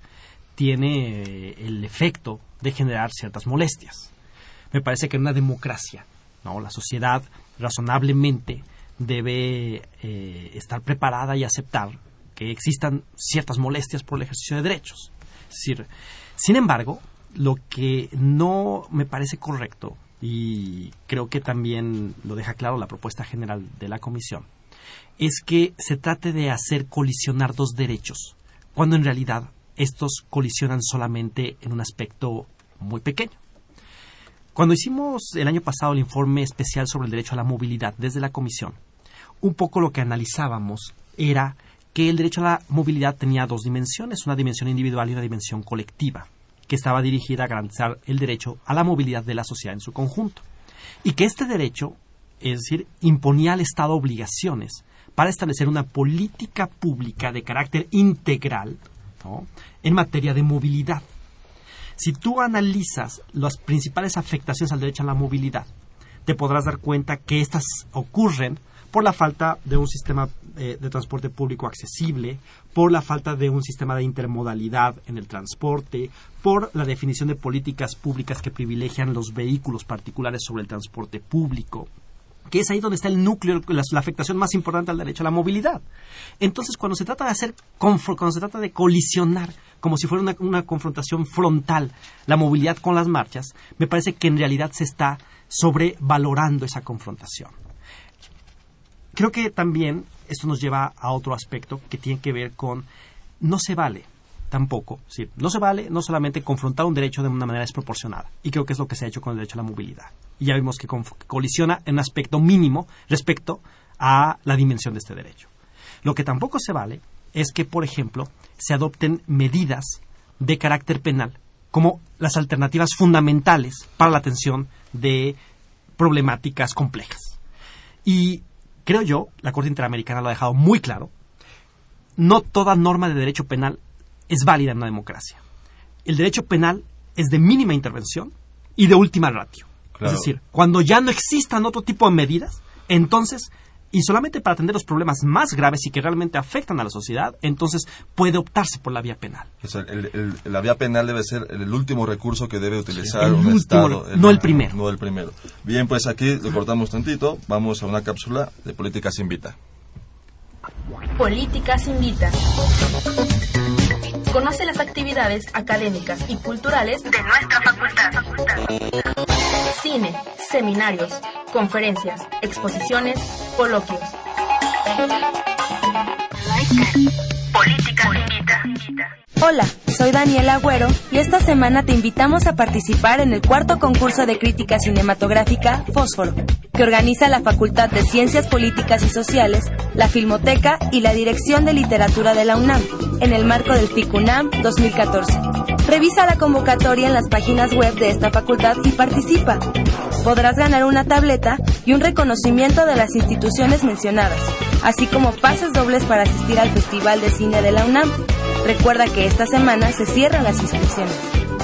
tiene el efecto de generar ciertas molestias. Me parece que en una democracia, ¿no?, la sociedad razonablemente debe eh, estar preparada y aceptar que existan ciertas molestias por el ejercicio de derechos. Es decir, sin embargo, lo que no me parece correcto, y creo que también lo deja claro la propuesta general de la Comisión, es que se trate de hacer colisionar dos derechos, cuando en realidad estos colisionan solamente en un aspecto muy pequeño. Cuando hicimos el año pasado el informe especial sobre el derecho a la movilidad desde la Comisión, un poco lo que analizábamos era que el derecho a la movilidad tenía dos dimensiones, una dimensión individual y una dimensión colectiva, que estaba dirigida a garantizar el derecho a la movilidad de la sociedad en su conjunto. Y que este derecho, es decir, imponía al Estado obligaciones para establecer una política pública de carácter integral, ¿no?, en materia de movilidad. Si tú analizas las principales afectaciones al derecho a la movilidad, te podrás dar cuenta que estas ocurren por la falta de un sistema eh, de transporte público accesible, por la falta de un sistema de intermodalidad en el transporte, por la definición de políticas públicas que privilegian los vehículos particulares sobre el transporte público, que es ahí donde está el núcleo, la, la afectación más importante al derecho a la movilidad. Entonces, cuando se trata de hacer, cuando se trata de colisionar, como si fuera una, una confrontación frontal, la movilidad con las marchas, me parece que en realidad se está sobrevalorando esa confrontación. Creo que también esto nos lleva a otro aspecto que tiene que ver con, no se vale tampoco, ¿sí? no se vale no solamente confrontar un derecho de una manera desproporcionada, y creo que es lo que se ha hecho con el derecho a la movilidad. Y ya vimos que colisiona en un aspecto mínimo respecto a la dimensión de este derecho. Lo que tampoco se vale es que, por ejemplo, se adopten medidas de carácter penal como las alternativas fundamentales para la atención de problemáticas complejas. Y creo yo, la Corte Interamericana lo ha dejado muy claro, no toda norma de derecho penal es válida en una democracia. El derecho penal es de mínima intervención y de última ratio. Claro. Es decir, cuando ya no existan otro tipo de medidas, entonces, y solamente para atender los problemas más graves y que realmente afectan a la sociedad, entonces puede optarse por la vía penal. O sea, el, el, la vía penal debe ser el último recurso que debe utilizar el un último, Estado. El, no el primero. No el primero. Bien, pues aquí lo cortamos tantito. Vamos a una cápsula de Políticas Invita. Políticas Invita. Conoce las actividades académicas y culturales de nuestra facultad. Cine, seminarios, conferencias, exposiciones, coloquios. Políticas Invita. Hola, soy Daniela Agüero y esta semana te invitamos a participar en el cuarto concurso de crítica cinematográfica Fósforo, que organiza la Facultad de Ciencias Políticas y Sociales, la Filmoteca y la Dirección de Literatura de la UNAM, en el marco del FICUNAM dos mil catorce. Revisa la convocatoria en las páginas web de esta facultad y participa. podrás ganar una tableta y un reconocimiento de las instituciones mencionadas, así como pases dobles para asistir al Festival de Cine de la UNAM. Recuerda que esta semana se cierran las inscripciones.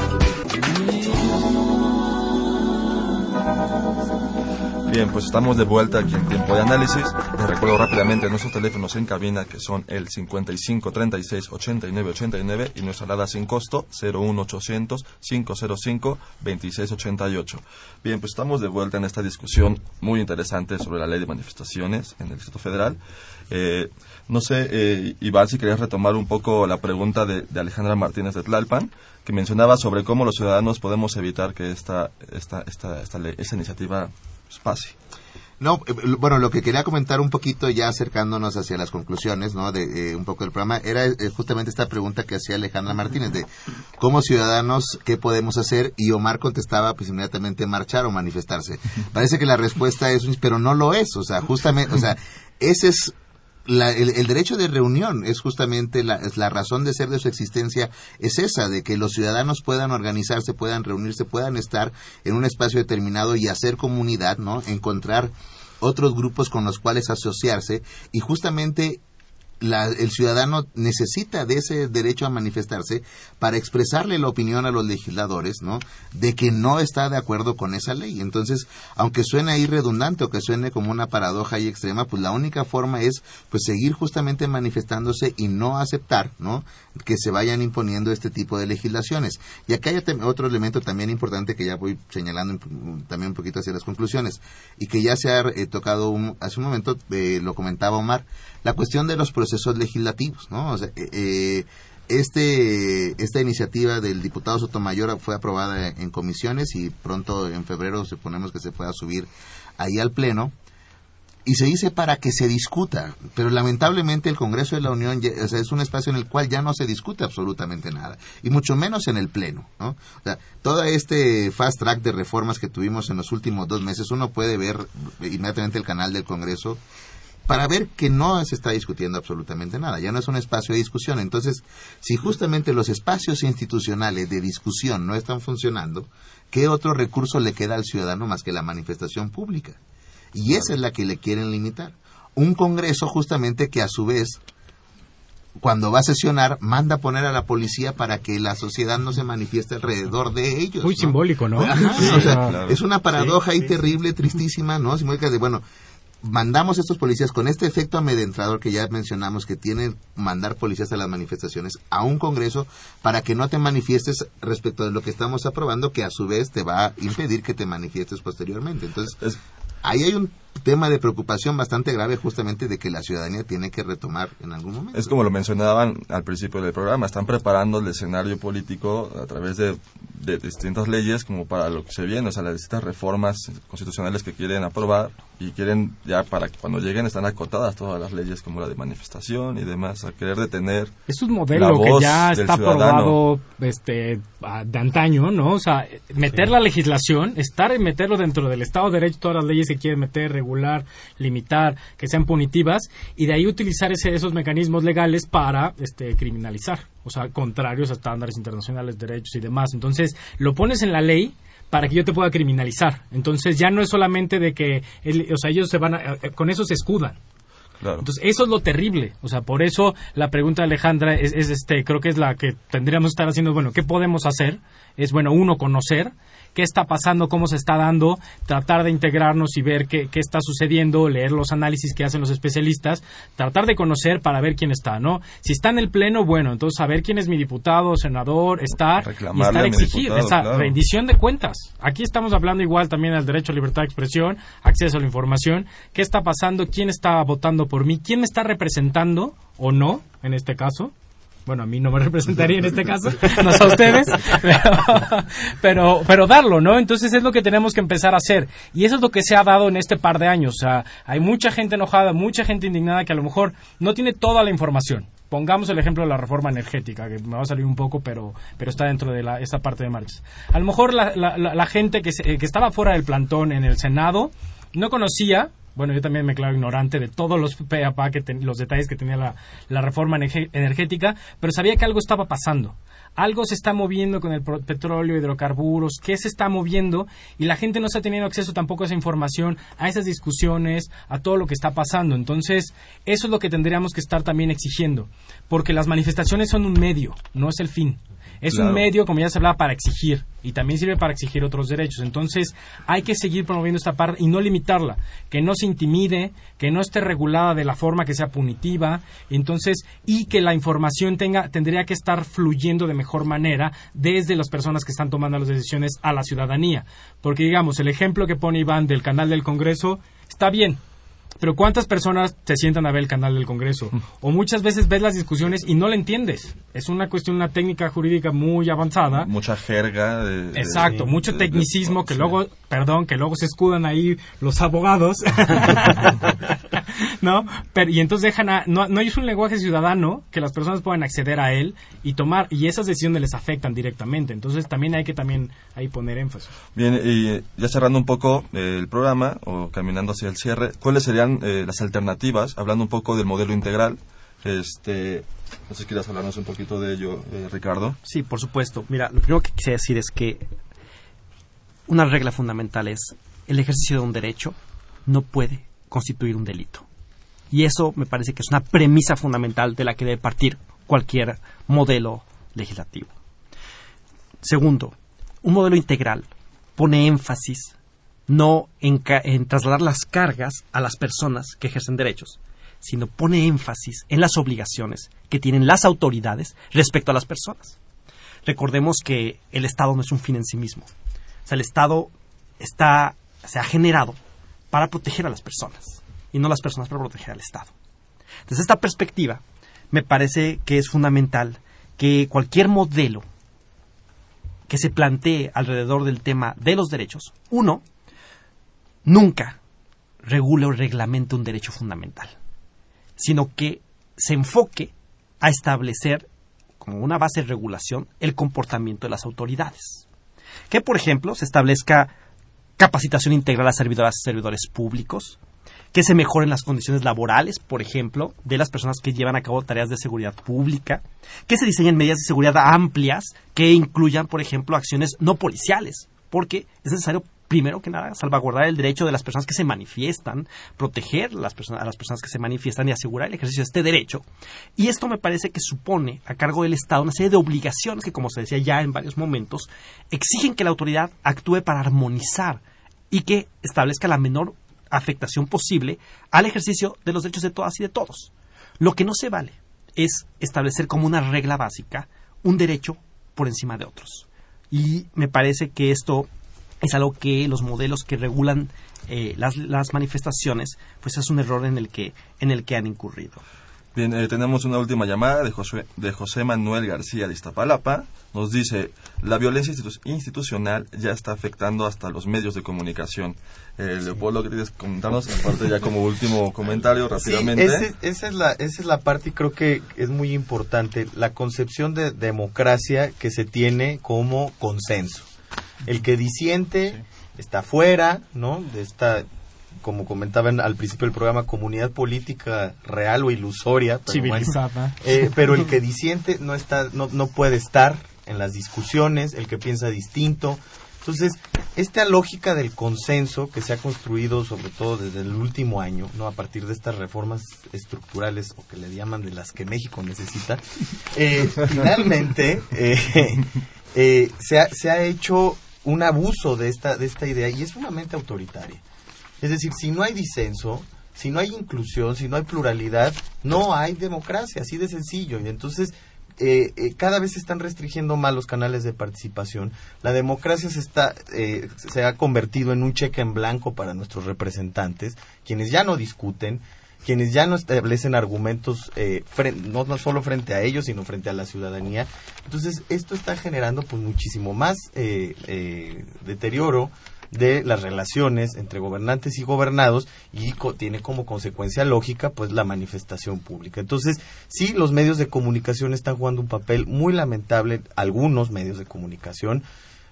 Bien, pues estamos de vuelta aquí en Tiempo de Análisis. Les recuerdo rápidamente nuestros teléfonos en cabina, que son el cincuenta y cinco, treinta y seis, ochenta y nueve, ochenta y nueve y nuestra alada sin costo cero uno ochocientos, quinientos cinco, veintiséis ochenta y ocho. Bien, pues estamos de vuelta en esta discusión muy interesante sobre la ley de manifestaciones en el Distrito Federal. Eh, no sé, eh, Iván, si querías retomar un poco la pregunta de, de Alejandra Martínez de Tlalpan, que mencionaba sobre cómo los ciudadanos podemos evitar que esta, esta, esta, esta, ley, esta iniciativa pase. No, eh, bueno, lo que quería comentar un poquito ya acercándonos hacia las conclusiones, ¿no? De eh, un poco del programa, era eh, justamente esta pregunta que hacía Alejandra Martínez de cómo ciudadanos, ¿qué podemos hacer? Y Omar contestaba pues inmediatamente marchar o manifestarse. Parece que la respuesta es, pero no lo es, o sea, justamente, o sea, ese es La, el, el derecho de reunión es justamente la, es la razón de ser de su existencia, es esa, de que los ciudadanos puedan organizarse, puedan reunirse, puedan estar en un espacio determinado y hacer comunidad, ¿no? Encontrar otros grupos con los cuales asociarse, y justamente La, el ciudadano necesita de ese derecho a manifestarse para expresarle la opinión a los legisladores, ¿no? De que no está de acuerdo con esa ley. Entonces, aunque suene ahí redundante o que suene como una paradoja y extrema, pues la única forma es pues seguir justamente manifestándose y no aceptar, ¿no? Que se vayan imponiendo este tipo de legislaciones. Y acá hay otro elemento también importante que ya voy señalando también un poquito hacia las conclusiones y que ya se ha eh, tocado un, hace un momento, eh, lo comentaba Omar, la cuestión de los procesos legislativos, ¿no? O sea, eh, este esta iniciativa del diputado Sotomayor fue aprobada en comisiones y pronto en febrero suponemos que se pueda subir ahí al pleno y se dice para que se discuta, pero lamentablemente el Congreso de la Unión ya, o sea, es un espacio en el cual ya no se discute absolutamente nada y mucho menos en el pleno, ¿no? O sea, todo este fast track de reformas que tuvimos en los últimos dos meses, uno puede ver inmediatamente el canal del Congreso para ver que no se está discutiendo absolutamente nada, ya no es un espacio de discusión. Entonces, si justamente los espacios institucionales de discusión no están funcionando, ¿qué otro recurso le queda al ciudadano más que la manifestación pública? Y esa es la que le quieren limitar. Un Congreso justamente que a su vez, cuando va a sesionar, manda a poner a la policía para que la sociedad no se manifieste alrededor de ellos. Muy ¿no? simbólico, ¿no? Ajá, sí, o sea, claro. Es una paradoja sí, ahí sí, terrible, tristísima, ¿no? Simbólica de, bueno, mandamos estos policías con este efecto amedrentador que ya mencionamos que tiene mandar policías a las manifestaciones a un Congreso para que no te manifiestes respecto de lo que estamos aprobando, que a su vez te va a impedir que te manifiestes posteriormente. Entonces, es, ahí hay un tema de preocupación bastante grave justamente de que la ciudadanía tiene que retomar en algún momento. Es como lo mencionaban al principio del programa, están preparando el escenario político a través de, de distintas leyes como para lo que se viene, o sea, las distintas reformas constitucionales que quieren aprobar y quieren ya para que cuando lleguen están acotadas todas las leyes como la de manifestación y demás, a querer detener. Es un modelo que ya está aprobado este, de antaño, ¿no? O sea, meter sí. la legislación, estar en meterlo dentro del Estado de Derecho, todas las leyes que quieren meter, regular, limitar, que sean punitivas, y de ahí utilizar ese, esos mecanismos legales para este, criminalizar, o sea, contrarios a estándares internacionales, derechos y demás. Entonces, lo pones en la ley para que yo te pueda criminalizar. Entonces, ya no es solamente de que, el, o sea, ellos se van a, con eso se escudan. Claro. Entonces, eso es lo terrible. O sea, por eso la pregunta de Alejandra es, es este, creo que es la que tendríamos que estar haciendo. Bueno, ¿qué podemos hacer? Es, bueno, uno, conocer qué está pasando, cómo se está dando, tratar de integrarnos y ver qué, qué está sucediendo, leer los análisis que hacen los especialistas, tratar de conocer para ver quién está, ¿no? Si está en el pleno, bueno, entonces saber quién es mi diputado, senador, estar y estar exigir diputado, esa claro. rendición de cuentas. Aquí estamos hablando igual también del derecho a libertad de expresión, acceso a la información, qué está pasando, quién está votando por mí, quién me está representando o no, en este caso. Bueno, a mí no me representaría en este caso, no sé a ustedes, pero, pero, pero darlo, ¿no? Entonces es lo que tenemos que empezar a hacer. Y eso es lo que se ha dado en este par de años. O sea, hay mucha gente enojada, mucha gente indignada que a lo mejor no tiene toda la información. Pongamos el ejemplo de la reforma energética, que me va a salir un poco, pero pero está dentro de la, esta parte de marchas. A lo mejor la, la, la, la gente que, se, que estaba fuera del plantón en el Senado no conocía. Bueno, yo también me declaro ignorante de todos los P A P A, que ten, los detalles que tenía la, la reforma energética, pero sabía que algo estaba pasando. algo se está moviendo con el petróleo, hidrocarburos, ¿qué se está moviendo? Y la gente no está teniendo acceso tampoco a esa información, a esas discusiones, a todo lo que está pasando. Entonces, eso es lo que tendríamos que estar también exigiendo, porque las manifestaciones son un medio, no es el fin. Es claro. un medio, como ya se hablaba, para exigir, y también sirve para exigir otros derechos. Entonces, hay que seguir promoviendo esta parte y no limitarla, que no se intimide, que no esté regulada de la forma que sea punitiva, entonces, y que la información tenga, tendría que estar fluyendo de mejor manera desde las personas que están tomando las decisiones a la ciudadanía. Porque, digamos, el ejemplo que pone Iván del canal del Congreso está bien, pero ¿cuántas personas se sientan a ver el canal del Congreso? O muchas veces ves las discusiones y no la entiendes. Es una cuestión, una técnica jurídica muy avanzada. Mucha jerga. De, de, Exacto, de, mucho de, tecnicismo de, que sí. luego, perdón, que luego se escudan ahí los abogados. ¿No? Pero, y entonces dejan a, no, no es un lenguaje ciudadano que las personas puedan acceder a él y tomar, y esas decisiones les afectan directamente. Entonces también hay que también ahí poner énfasis. Bien, y ya cerrando un poco eh, el programa, o caminando hacia el cierre, ¿cuáles serían eh, las alternativas, hablando un poco del modelo integral? Este, no sé si quieras hablarnos un poquito de ello, eh, Ricardo. Sí, por supuesto. Mira, lo primero que quisiera decir es que una regla fundamental es el ejercicio de un derecho no puede constituir un delito. Y eso me parece que es una premisa fundamental de la que debe partir cualquier modelo legislativo. Segundo, un modelo integral pone énfasis no en, ca- en trasladar las cargas a las personas que ejercen derechos, sino pone énfasis en las obligaciones que tienen las autoridades respecto a las personas. Recordemos que el Estado no es un fin en sí mismo. O sea, el Estado está, se ha generado para proteger a las personas y no las personas para proteger al Estado. Desde esta perspectiva, me parece que es fundamental que cualquier modelo que se plantee alrededor del tema de los derechos, uno, nunca regule o reglamente un derecho fundamental, sino que se enfoque a establecer como una base de regulación el comportamiento de las autoridades. Que, por ejemplo, se establezca capacitación integral a servidoras y servidores públicos, que se mejoren las condiciones laborales, por ejemplo, de las personas que llevan a cabo tareas de seguridad pública, que se diseñen medidas de seguridad amplias que incluyan, por ejemplo, acciones no policiales, porque es necesario, primero que nada, salvaguardar el derecho de las personas que se manifiestan, proteger las personas, a las personas que se manifiestan y asegurar el ejercicio de este derecho. Y esto me parece que supone a cargo del Estado una serie de obligaciones que, como se decía ya en varios momentos, exigen que la autoridad actúe para armonizar y que establezca la menor afectación posible al ejercicio de los derechos de todas y de todos. Lo que no se vale es establecer como una regla básica un derecho por encima de otros. Y me parece que esto es algo que los modelos que regulan eh, las, las manifestaciones, pues es un error en el que, en el que han incurrido. Bien, eh, tenemos una última llamada de José, de José Manuel García de Iztapalapa. Nos dice, la violencia institu- institucional ya está afectando hasta los medios de comunicación. Eh, sí. Leopoldo, ¿quieres comentarnos? Aparte ya como último comentario rápidamente. Sí, ese, esa, es la, esa es la parte y creo que es muy importante. La concepción de democracia que se tiene como consenso. El que disiente sí. está fuera, ¿no? De esta, como comentaban al principio del programa, comunidad política real o ilusoria, pero civilizada. Bueno, eh, pero el que disiente no está, no, no puede estar en las discusiones, el que piensa distinto. Entonces, esta lógica del consenso que se ha construido sobre todo desde el último año, no a partir de estas reformas estructurales o que le llaman de las que México necesita, eh, finalmente eh, eh, se, ha, se ha hecho un abuso de esta de esta idea y es sumamente autoritaria. Es decir, si no hay disenso, si no hay inclusión, si no hay pluralidad, no hay democracia, así de sencillo. Y entonces eh, eh, cada vez se están restringiendo más los canales de participación. La democracia se está eh, se ha convertido en un cheque en blanco para nuestros representantes, quienes ya no discuten, quienes ya no establecen argumentos eh, frente, no, no solo frente a ellos, sino frente a la ciudadanía. Entonces, esto está generando pues muchísimo más eh, eh, deterioro de las relaciones entre gobernantes y gobernados y co- tiene como consecuencia lógica pues la manifestación pública. Entonces, sí, los medios de comunicación están jugando un papel muy lamentable, algunos medios de comunicación,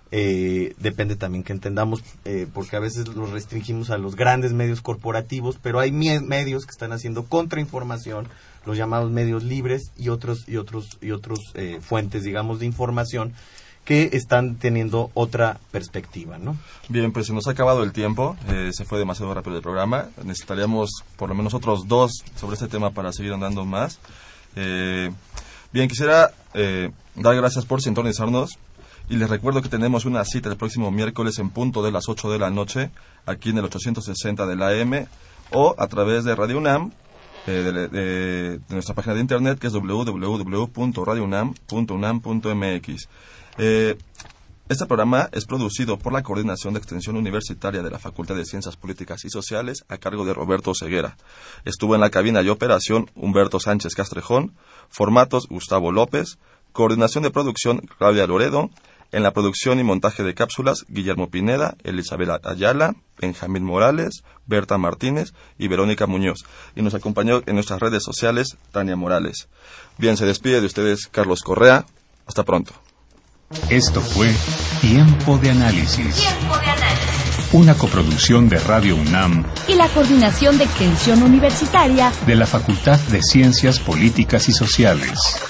Eh, depende también que entendamos, eh, porque a veces los restringimos a los grandes medios corporativos, pero hay mie- medios que están haciendo contrainformación, los llamados medios libres y otros y otros y otros eh, fuentes, digamos, de información que están teniendo otra perspectiva, ¿no? Bien, pues se nos ha acabado el tiempo, eh, se fue demasiado rápido el programa, necesitaríamos por lo menos otros dos sobre este tema para seguir andando más. Eh, bien, quisiera eh, dar gracias por sintonizarnos. Y les recuerdo que tenemos una cita el próximo miércoles en punto de las ocho de la noche, aquí en el ochocientos sesenta de la A M, o a través de Radio UNAM, eh, de, de, de nuestra página de internet, que es doble u doble u doble u punto radio unam punto unam punto m x. Eh, este programa es producido por la Coordinación de Extensión Universitaria de la Facultad de Ciencias Políticas y Sociales, a cargo de Roberto Ceguera. Estuvo en la cabina y operación Humberto Sánchez Castrejón, formatos Gustavo López, coordinación de producción Claudia Loredo. En la producción y montaje de cápsulas, Guillermo Pineda, Elizabeth Ayala, Benjamín Morales, Berta Martínez y Verónica Muñoz. Y nos acompañó en nuestras redes sociales, Tania Morales. Bien, se despide de ustedes Carlos Correa. Hasta pronto. Esto fue Tiempo de Análisis. Tiempo de Análisis. Una coproducción de Radio UNAM y la Coordinación de Extensión Universitaria de la Facultad de Ciencias Políticas y Sociales.